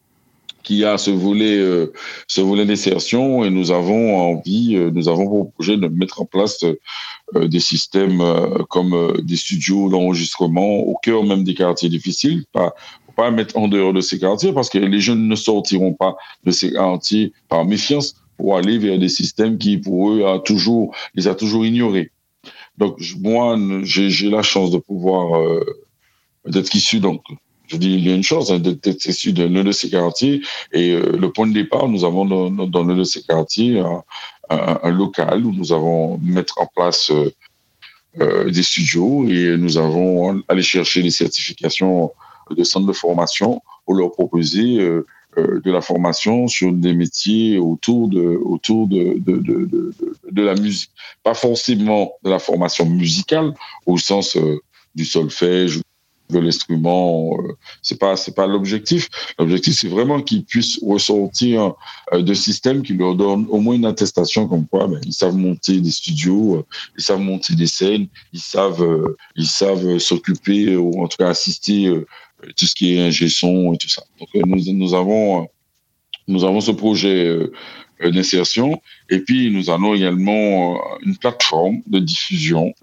qui a ce volet, euh, ce volet d'insertion, et nous avons envie, euh, nous avons pour projet de mettre en place euh, des systèmes euh, comme euh, des studios d'enregistrement au cœur même des quartiers difficiles, pas faut pas mettre en dehors de ces quartiers, parce que les jeunes ne sortiront pas de ces quartiers par méfiance pour aller vers des systèmes qui pour eux a toujours, les a toujours ignorés. Donc moi, j'ai, j'ai la chance de pouvoir euh, d'être issu donc. Je dis, il y a une chance hein, d'être issu de l'un de ces quartiers. Et euh, le point de départ, nous avons dans, dans l'un de ces quartiers un, un, un local où nous avons mettre en place euh, euh, des studios, et nous avons allé chercher les certifications de centres de formation pour leur proposer euh, euh, de la formation sur des métiers autour de, autour de, de, de, de, de la musique. Pas forcément de la formation musicale au sens euh, du solfège, de l'instrument, euh, c'est pas c'est pas l'objectif. L'objectif, c'est vraiment qu'ils puissent ressortir euh, de systèmes qui leur donnent au moins une attestation comme quoi ben, ils savent monter des studios, euh, ils savent monter des scènes, ils savent euh, ils savent s'occuper euh, ou en tout cas assister euh, tout ce qui est ingé son et tout ça. Donc euh, nous nous avons euh, nous avons ce projet euh, d'insertion, et puis nous avons également euh, une plateforme de diffusion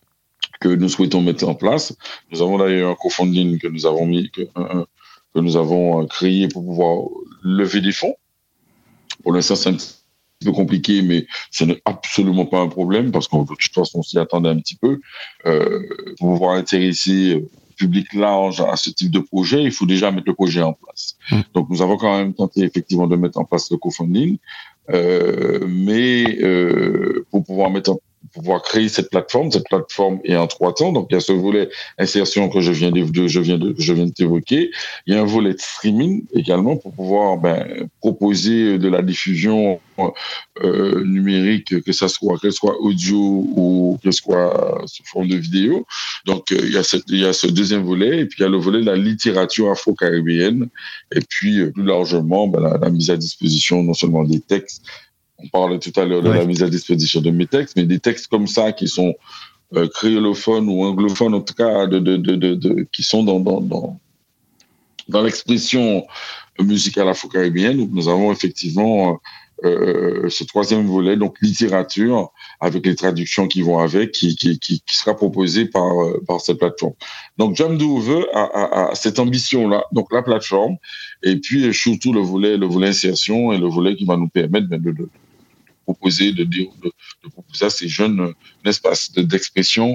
que nous souhaitons mettre en place. Nous avons d'ailleurs un crowdfunding que nous avons mis, que, euh, que nous avons créé pour pouvoir lever des fonds. Pour l'instant, c'est un petit peu compliqué, mais ce n'est absolument pas un problème, parce qu'on de toute façon, on s'y attendait un petit peu. Euh, pour pouvoir intéresser le public large à ce type de projet, il faut déjà mettre le projet en place. Mmh. Donc, nous avons quand même tenté effectivement de mettre en place le crowdfunding, euh, mais euh, pour pouvoir mettre en pouvoir créer cette plateforme. Cette plateforme est en trois temps. Donc, il y a ce volet insertion que je viens de, je viens de, je viens de t'évoquer. Il y a un volet de streaming également pour pouvoir ben, proposer de la diffusion euh, numérique, que ça soit, qu'elle soit audio ou qu'elle soit sous forme de vidéo. Donc, euh, il y a cette, il y a ce deuxième volet, et puis il y a le volet de la littérature afro-caribéenne, et puis euh, plus largement, ben, la, la mise à disposition non seulement des textes. On parlait tout à l'heure de ouais. la mise à disposition de mes textes, mais des textes comme ça qui sont euh, créolophones ou anglophones, en tout cas, de, de, de, de, de, qui sont dans, dans, dans, dans l'expression musicale afro-caribéenne. Donc, nous avons effectivement euh, ce troisième volet, donc littérature, avec les traductions qui vont avec, qui, qui, qui, qui sera proposé par, par cette plateforme. Donc, Jam Do Over a, a, a cette ambition-là, donc la plateforme, et puis surtout le volet, le volet insertion, et le volet qui va nous permettre de, de, de proposer, de, de, de proposer à ces jeunes un espace d'expression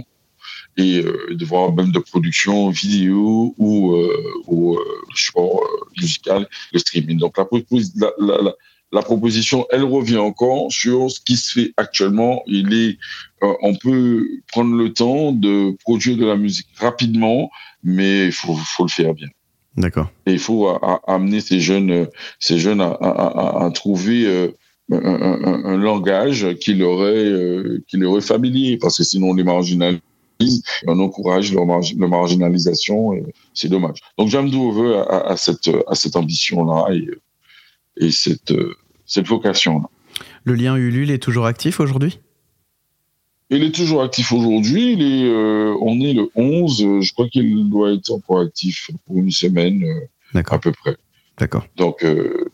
et euh, de voir même de production vidéo ou, euh, ou euh, support euh, musical, le streaming. Donc la, la, la, la, la proposition, elle revient encore sur ce qui se fait actuellement. Il est, euh, on peut prendre le temps de produire de la musique rapidement, mais il faut, faut le faire bien. D'accord. Et il faut à, à amener ces jeunes, ces jeunes à, à, à, à trouver euh, un, un, un langage qui leur est, euh, qui leur est familier, parce que sinon on les marginalise, on encourage leur, margi- leur marginalisation, et c'est dommage. Donc Jam Do Over a, a, cette, a cette ambition-là et, et cette, cette vocation-là. Le lien Ulule est toujours actif aujourd'hui ? Il est toujours actif aujourd'hui. Il est, euh, on est le onze. Je crois qu'il doit être encore actif pour une semaine, euh, à peu près. D'accord. Donc, euh,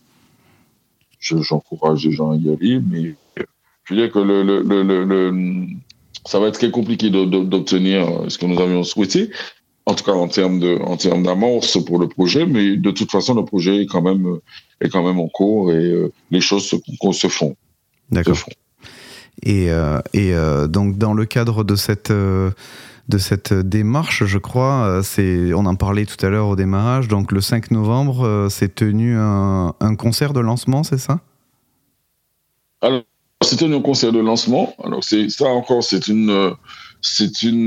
je, j'encourage les gens à y aller. Mais je veux dire que le, le, le, le, le, ça va être très compliqué de, de, d'obtenir ce que nous avions souhaité. En tout cas, en termes de, en termes d'amorce pour le projet. Mais de toute façon, le projet est quand même, est quand même en cours, et euh, les choses se, se font. D'accord. Se font. Et, euh, et euh, donc dans le cadre de cette, euh, de cette démarche, je crois, euh, c'est, on en parlait tout à l'heure au démarrage, donc le cinq novembre, euh, c'est tenu un, un concert de lancement, c'est ça ? Alors, c'était un concert de lancement. Alors, c'est, ça encore, c'est une, c'est une,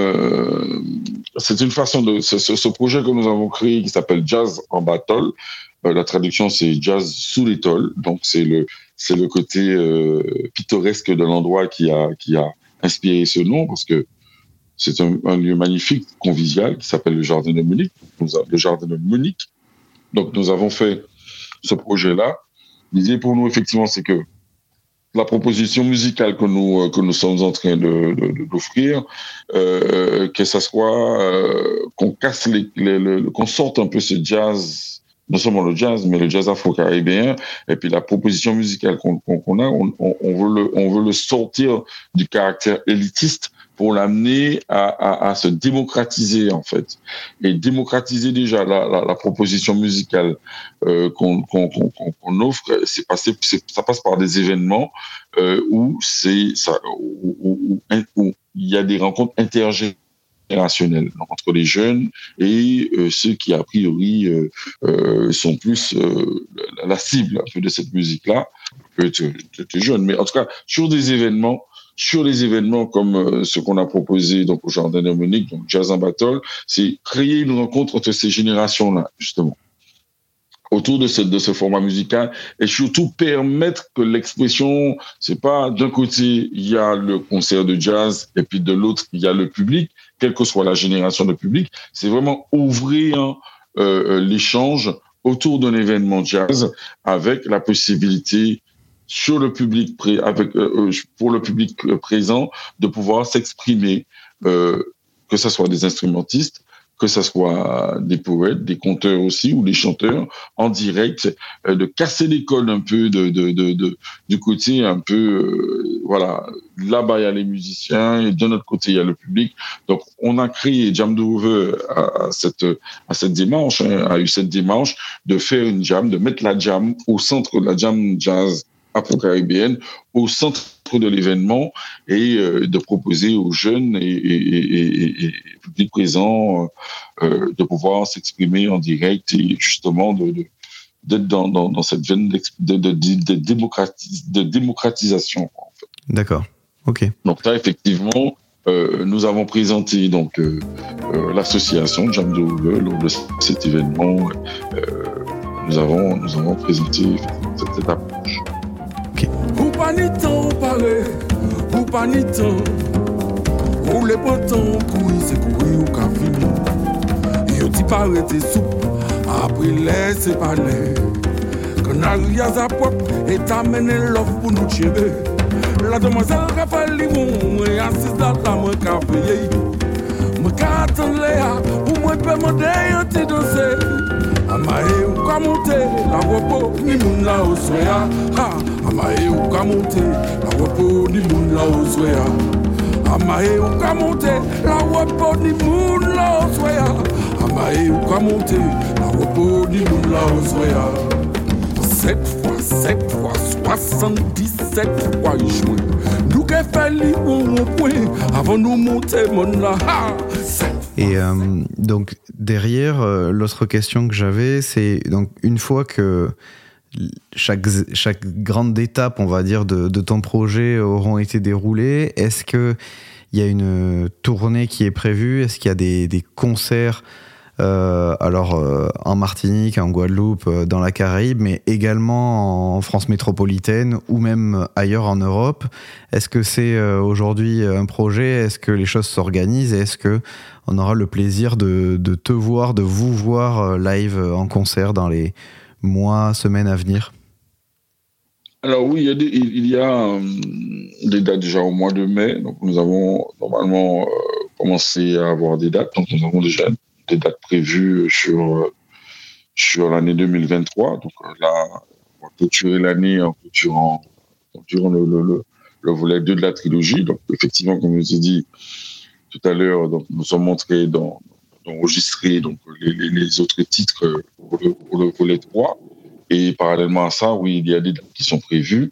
euh, c'est une façon de, ce, ce projet que nous avons créé qui s'appelle Jazz en Battle. Euh, la traduction, c'est Jazz sous l'étole. Donc, c'est le, c'est le côté euh, pittoresque de l'endroit qui a, qui a inspiré ce nom, parce que c'est un, un lieu magnifique, convivial, qui s'appelle le Jardin de Munich. Nous avons, le Jardin de Munich. Donc, nous avons fait ce projet-là. L'idée pour nous, effectivement, c'est que la proposition musicale que nous que nous sommes en train de, de, d'offrir, euh, que ça soit euh, qu'on casse les, les, les qu'on sorte un peu ce jazz, non seulement le jazz, mais le jazz afro-caribéen, et puis la proposition musicale qu'on, qu'on a, on, on veut le on veut le sortir du caractère élitiste pour l'amener à, à, à se démocratiser, en fait. Et démocratiser déjà la, la, la proposition musicale euh, qu'on, qu'on, qu'on, qu'on offre, c'est passé, c'est, ça passe par des événements euh, où c'est ça, où, où, où, où il y a des rencontres intergénérationnelles entre les jeunes et euh, ceux qui, a priori, euh, euh, sont plus euh, la, la cible un peu de cette musique-là. Peut-être jeune, mais en tout cas, sur des événements, sur les événements comme euh, ce qu'on a proposé donc au Jardin de Munich, donc Jazz en Battle, c'est créer une rencontre entre ces générations-là, justement, autour de ce, de ce format musical, et surtout permettre que l'expression, c'est pas d'un côté, il y a le concert de jazz, et puis de l'autre, il y a le public, quelle que soit la génération de public, c'est vraiment ouvrir euh, l'échange autour d'un événement jazz avec la possibilité sur le public pré- avec euh, pour le public présent de pouvoir s'exprimer, euh, que ce soit des instrumentistes, que ce soit des poètes, des conteurs aussi, ou des chanteurs en direct, euh, de casser les codes un peu de, de, de, de du côté un peu euh, voilà, là-bas il y a les musiciens et de notre côté il y a le public. Donc on a créé Jam Groove à, à cette à cette démarche, hein, a eu cette démarche de faire une jam, de mettre la jam au centre de la jam jazz afro-caribéenne, au centre de l'événement, et euh, de proposer aux jeunes et, et, et, et, et publics présents euh, de pouvoir s'exprimer en direct et justement de, de, d'être dans, dans, dans cette veine de, de, de, de, démocratis, de démocratisation. En fait. D'accord, ok. Donc là, effectivement, euh, nous avons présenté donc, euh, euh, l'association Jam Groove lors de cet événement. Euh, nous, avons, nous avons présenté cette, cette approche. Ou pas ni temps parler, ou pas ni temps. Ou les beaux temps courir, c'est courir ou qu'à finir. Yo ti paraît tes soupes, après laisse parler. Canary à sa pop, et t'amène l'offre pour nous tuer. La demoiselle Raphaël Limon, et assise dans la main café. Me qu'attend Léa, pour moi peut demander un petit dossier. Amae ou ka monte, la wopo ni moun la oswea. Ha, amae ou ka monte, la wopo ni moun la oswea. Amae ou ka monte, la wopo ni moun la oswea. Amae ou ka monte, la wopo ni moun la oswea. Sept fois, sept fois, soixante-dix-sept fois joué. Nous que fait li bon point avant nous monter mon là. Ha, sept. Et euh, donc derrière, euh, l'autre question que j'avais, c'est donc une fois que chaque, chaque grande étape, on va dire, de, de ton projet auront été déroulées, est-ce qu'il y a une tournée qui est prévue? Est-ce qu'il y a des, des concerts euh, alors euh, en Martinique, en Guadeloupe, euh, dans la Caraïbe, mais également en France métropolitaine ou même ailleurs en Europe? Est-ce que c'est euh, aujourd'hui un projet? Est-ce que les choses s'organisent? Et est-ce que on aura le plaisir de, de te voir, de vous voir live en concert dans les mois, semaines à venir? Alors oui, il y a des, il y a, euh, des dates déjà au mois de mai. Donc nous avons normalement euh, commencé à avoir des dates. Donc nous avons déjà des dates prévues sur, sur l'année deux mille vingt-trois. Donc là, on va clôturer l'année en clôturant, en clôturant le, le, le, le volet deux de la trilogie. Donc effectivement, comme je vous ai dit tout à l'heure, donc nous sommes montrés dans, d'enregistrer donc les, les, les autres titres pour le, pour le volet trois. Et parallèlement à ça, oui, il y a des dates qui sont prévues.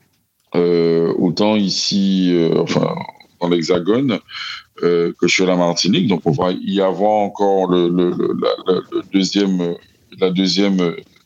Euh, autant ici, euh, enfin, dans l'Hexagone, euh, que sur la Martinique. Donc, on va y avoir encore le, le, le, la, le deuxième, la deuxième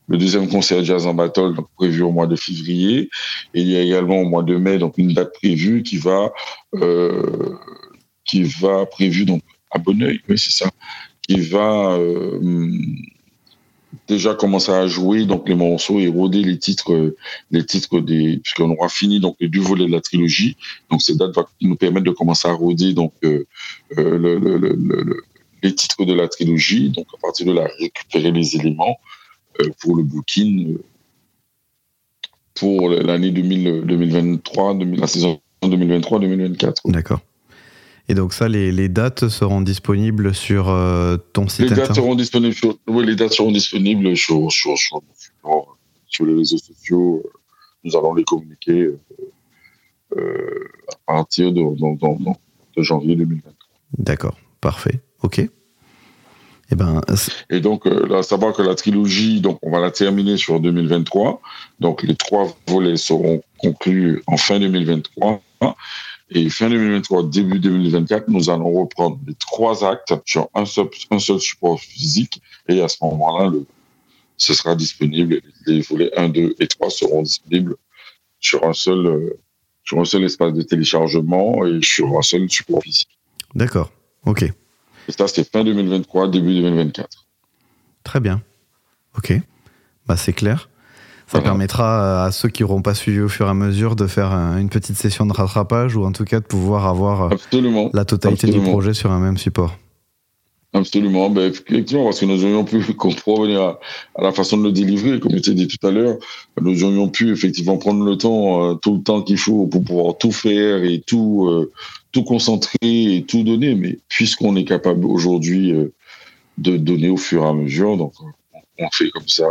le deuxième concert Jazz en Battle, donc prévu au mois de février. Et il y a également au mois de mai, donc une date prévue qui va, euh, qui va prévue donc à Bonneuil, oui c'est ça, qui va euh, déjà commencer à jouer donc les morceaux et roder les titres, les titres des, puisqu'on aura fini donc les deux volets de la trilogie. Donc cette date va nous permettre de commencer à roder donc euh, euh, le, le, le, le, les titres de la trilogie. Donc à partir de là, récupérer les éléments euh, pour le booking euh, pour l'année deux mille, deux mille vingt-trois, la saison deux mille vingt-trois deux mille vingt-quatre. D'accord. Et donc ça, les, les dates seront disponibles sur euh, ton site les internet. dates seront disponibles sur, oui, les dates seront disponibles sur, sur, sur, sur, sur les réseaux sociaux. Nous allons les communiquer euh, à partir de, de, de, de janvier deux mille vingt-trois. D'accord, parfait. Ok. Et, ben, Et donc, euh, là, savoir que la trilogie, donc, on va la terminer sur deux mille vingt-trois. Donc, les trois volets seront conclus en fin deux mille vingt-trois. Et fin deux mille vingt-trois, début deux mille vingt-quatre, nous allons reprendre les trois actes sur un seul, un seul support physique. Et à ce moment-là, le, ce sera disponible. Les volets un, deux et trois seront disponibles sur un seul, euh, sur un seul espace de téléchargement et sur un seul support physique. D'accord, ok. Et ça, c'est fin deux mille vingt-trois, début deux mille vingt-quatre. Très bien. Ok. Bah, c'est clair. Ça voilà. Permettra à ceux qui n'auront pas suivi au fur et à mesure de faire une petite session de rattrapage ou en tout cas de pouvoir avoir Absolument. la totalité Absolument. Du projet sur un même support. Absolument. Ben, effectivement, parce que nous aurions pu, pour revenir à, à la façon de le délivrer, comme je t'ai dit tout à l'heure, nous aurions pu effectivement prendre le temps, euh, tout le temps qu'il faut pour pouvoir tout faire et tout, euh, tout concentrer et tout donner. Mais puisqu'on est capable aujourd'hui euh, de donner au fur et à mesure, donc on fait comme ça.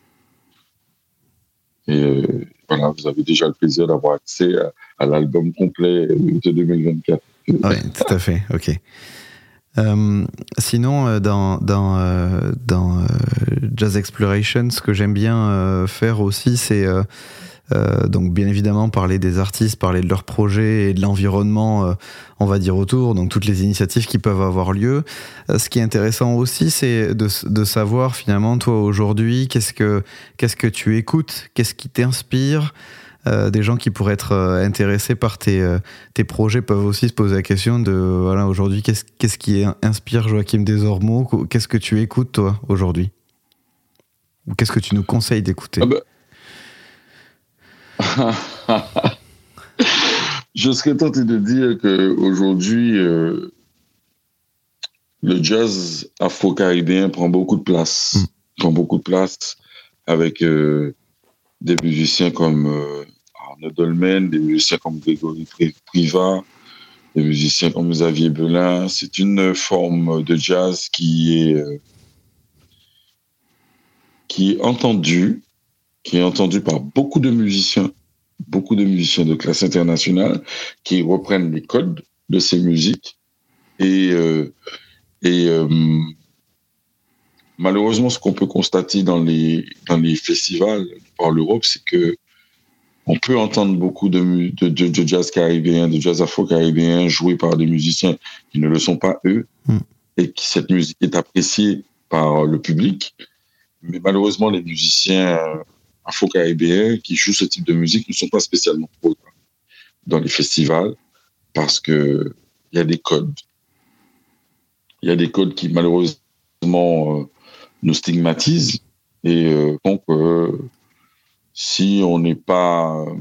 Et euh, voilà, vous avez déjà le plaisir d'avoir accès à, à l'album complet de deux mille vingt-quatre. Oui, tout à fait, ok. Euh, sinon, dans, dans, euh, dans euh, Jazz Exploration, ce que j'aime bien euh, faire aussi, c'est euh, euh, donc bien évidemment parler des artistes, parler de leurs projets et de l'environnement, euh, on va dire autour, donc toutes les initiatives qui peuvent avoir lieu. Euh, ce qui est intéressant aussi, c'est de, de savoir finalement, toi aujourd'hui, qu'est-ce que, qu'est-ce que tu écoutes, qu'est-ce qui t'inspire. Euh, des gens qui pourraient être euh, intéressés par tes, euh, tes projets peuvent aussi se poser la question de, voilà, aujourd'hui, qu'est-ce, qu'est-ce qui inspire Joachim Desormeaux ? Qu'est-ce que tu écoutes, toi, aujourd'hui ? Ou qu'est-ce que tu nous conseilles d'écouter ? ah bah... Je serais tenté de dire qu'aujourd'hui, euh, le jazz afro-caribéen prend beaucoup de place. Mm. Prend beaucoup de place avec euh, des musiciens comme... Euh, Arnaud Dolmen, des musiciens comme Grégory Privat, des musiciens comme Xavier Belin. C'est une forme de jazz qui est, euh, qui est entendue, qui est entendue par beaucoup de musiciens, beaucoup de musiciens de classe internationale, qui reprennent les codes de ces musiques. Et, euh, et euh, malheureusement, ce qu'on peut constater dans les, dans les festivals par l'Europe, c'est que on peut entendre beaucoup de, de, de, de jazz caribéen, de jazz afro-caribéen joué par des musiciens qui ne le sont pas eux, mm. et que cette musique est appréciée par le public. Mais malheureusement, les musiciens afro-caribéens qui jouent ce type de musique ne sont pas spécialement programmés dans les festivals parce qu'il y a des codes. Il y a des codes qui malheureusement euh, nous stigmatisent. Et euh, donc... Euh, si on n'est pas euh,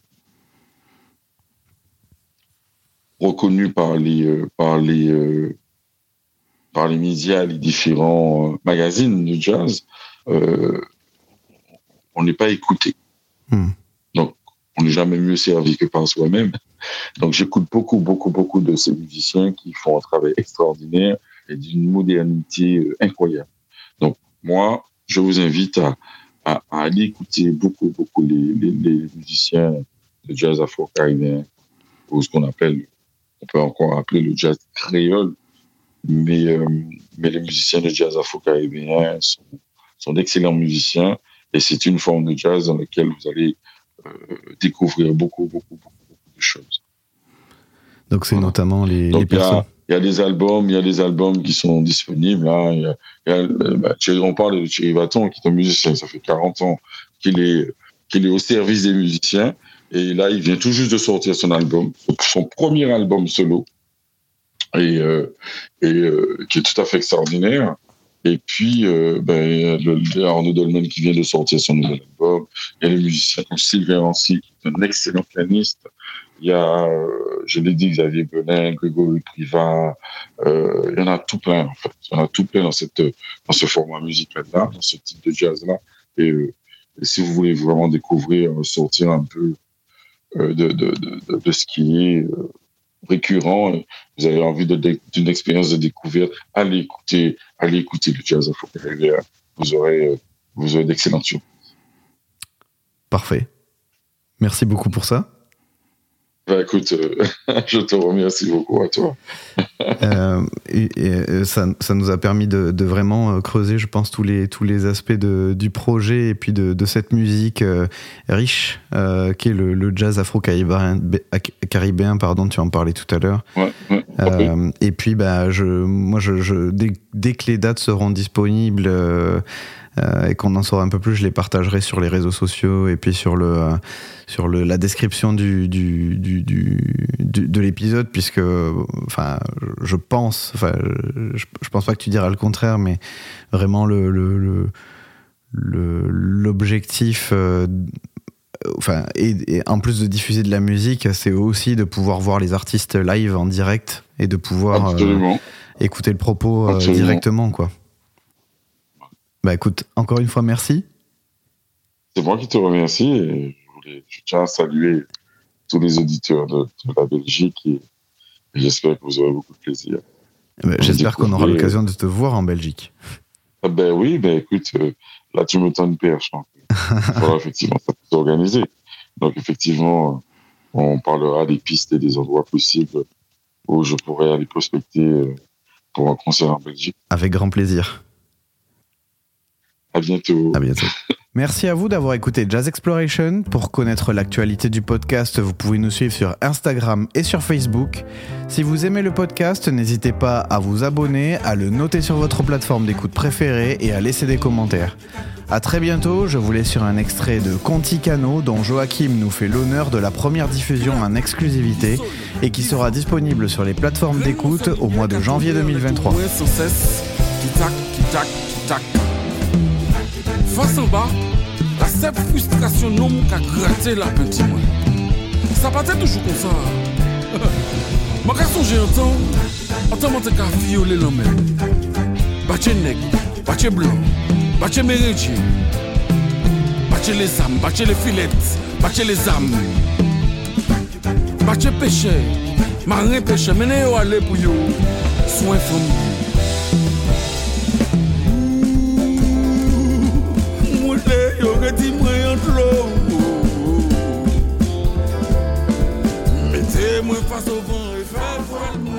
reconnu par les, euh, par, les, euh, par les médias, les différents euh, magazines de jazz, euh, on n'est pas écouté. Mm. Donc, on n'est jamais mieux servi que par soi-même. Donc, j'écoute beaucoup, beaucoup, beaucoup de ces musiciens qui font un travail extraordinaire et d'une modernité euh, incroyable. Donc, moi, je vous invite à À, à aller écouter beaucoup, beaucoup les, les, les musiciens de jazz afro-caribéen, ou ce qu'on appelle, on peut encore appeler le jazz créole, mais, euh, mais les musiciens de jazz afro-caribéen sont, sont d'excellents musiciens, et c'est une forme de jazz dans laquelle vous allez euh, découvrir beaucoup, beaucoup, beaucoup, beaucoup de choses. Donc c'est voilà. notamment les, Donc, les personnes... il y a des albums, il y a des albums qui sont disponibles. Là. Il y a, il y a, bah, on parle de Thierry Baton, qui est un musicien, ça fait quarante ans qu'il est, qu'il est au service des musiciens. Et là, il vient tout juste de sortir son album, son premier album solo, et, euh, et euh, qui est tout à fait extraordinaire. Et puis, euh, ben, il y a Arnaud Dolmen qui vient de sortir son nouvel album. Il y a les musiciens comme Sylvain Rancy, qui est un excellent pianiste. Il y a, euh, je l'ai dit, Xavier Benin, Grégory Privat. Euh, il y en a tout plein, en fait. Il y en a tout plein dans, cette, dans ce format musical-là, dans ce type de jazz-là. Et, euh, et si vous voulez vraiment découvrir, sortir un peu euh, de, de, de, de ce qui est euh, récurrent, vous avez envie de, de, d'une expérience de découverte, allez écouter, allez écouter le jazz afro-caribéen. Vous aurez, vous aurez d'excellentes choses. Parfait. Merci beaucoup pour ça. Bah, écoute, euh, je te remercie beaucoup à toi. euh, et, et ça, ça nous a permis de, de vraiment creuser, je pense, tous les, tous les aspects de, du projet et puis de, de cette musique euh, riche euh, qui est le, le jazz afro-caribéen, caribéen, pardon, tu en parlais tout à l'heure. Ouais, ouais, euh, et puis, bah, je, moi, je, je, dès, dès que les dates seront disponibles, euh, Euh, et qu'on en saura un peu plus, je les partagerai sur les réseaux sociaux et puis sur, le, euh, sur le, la description du, du, du, du, du, de l'épisode, puisque enfin, je pense, enfin, je, je pense pas que tu diras le contraire, mais vraiment le, le, le, le, l'objectif, euh, enfin, et, et en plus de diffuser de la musique, c'est aussi de pouvoir voir les artistes live en direct et de pouvoir euh, écouter le propos euh, directement, quoi. Bah écoute, encore une fois, merci. C'est moi qui te remercie et je, voulais, je tiens à saluer tous les auditeurs de, de la Belgique et, et j'espère que vous aurez beaucoup de plaisir. Bah, j'espère qu'on aura l'occasion de te voir en Belgique. Ah ben oui, ben écoute, euh, là tu me tends une perche. Voilà, effectivement, ça peut s'organiser. Donc effectivement, on parlera des pistes et des endroits possibles où je pourrais aller prospecter pour un concert en Belgique. Avec grand plaisir. À bientôt. À bientôt. Merci à vous d'avoir écouté Jazz Exploration. Pour connaître l'actualité du podcast, vous pouvez nous suivre sur Instagram et sur Facebook. Si vous aimez le podcast, n'hésitez pas à vous abonner, à le noter sur votre plateforme d'écoute préférée et à laisser des commentaires. À très bientôt, je vous laisse sur un extrait de Conti Cano dont Joachim nous fait l'honneur de la première diffusion en exclusivité et qui sera disponible sur les plateformes d'écoute au mois de janvier deux mille vingt-trois. Face en bas, la seule frustration non qu'a gratté la petite moi. Ça partait toujours comme ça. Moi quand j'ai entendu, entends-moi te qu'a violer l'homme. Bache nègre, bache blanc, bache méridien. Bache les âmes, bache les filettes, bache les âmes. Bache péché, marin péché, menez yo aller pour yo. Soin famille. Dis-moi un flot. Mettez-moi face au vent et faites-moi.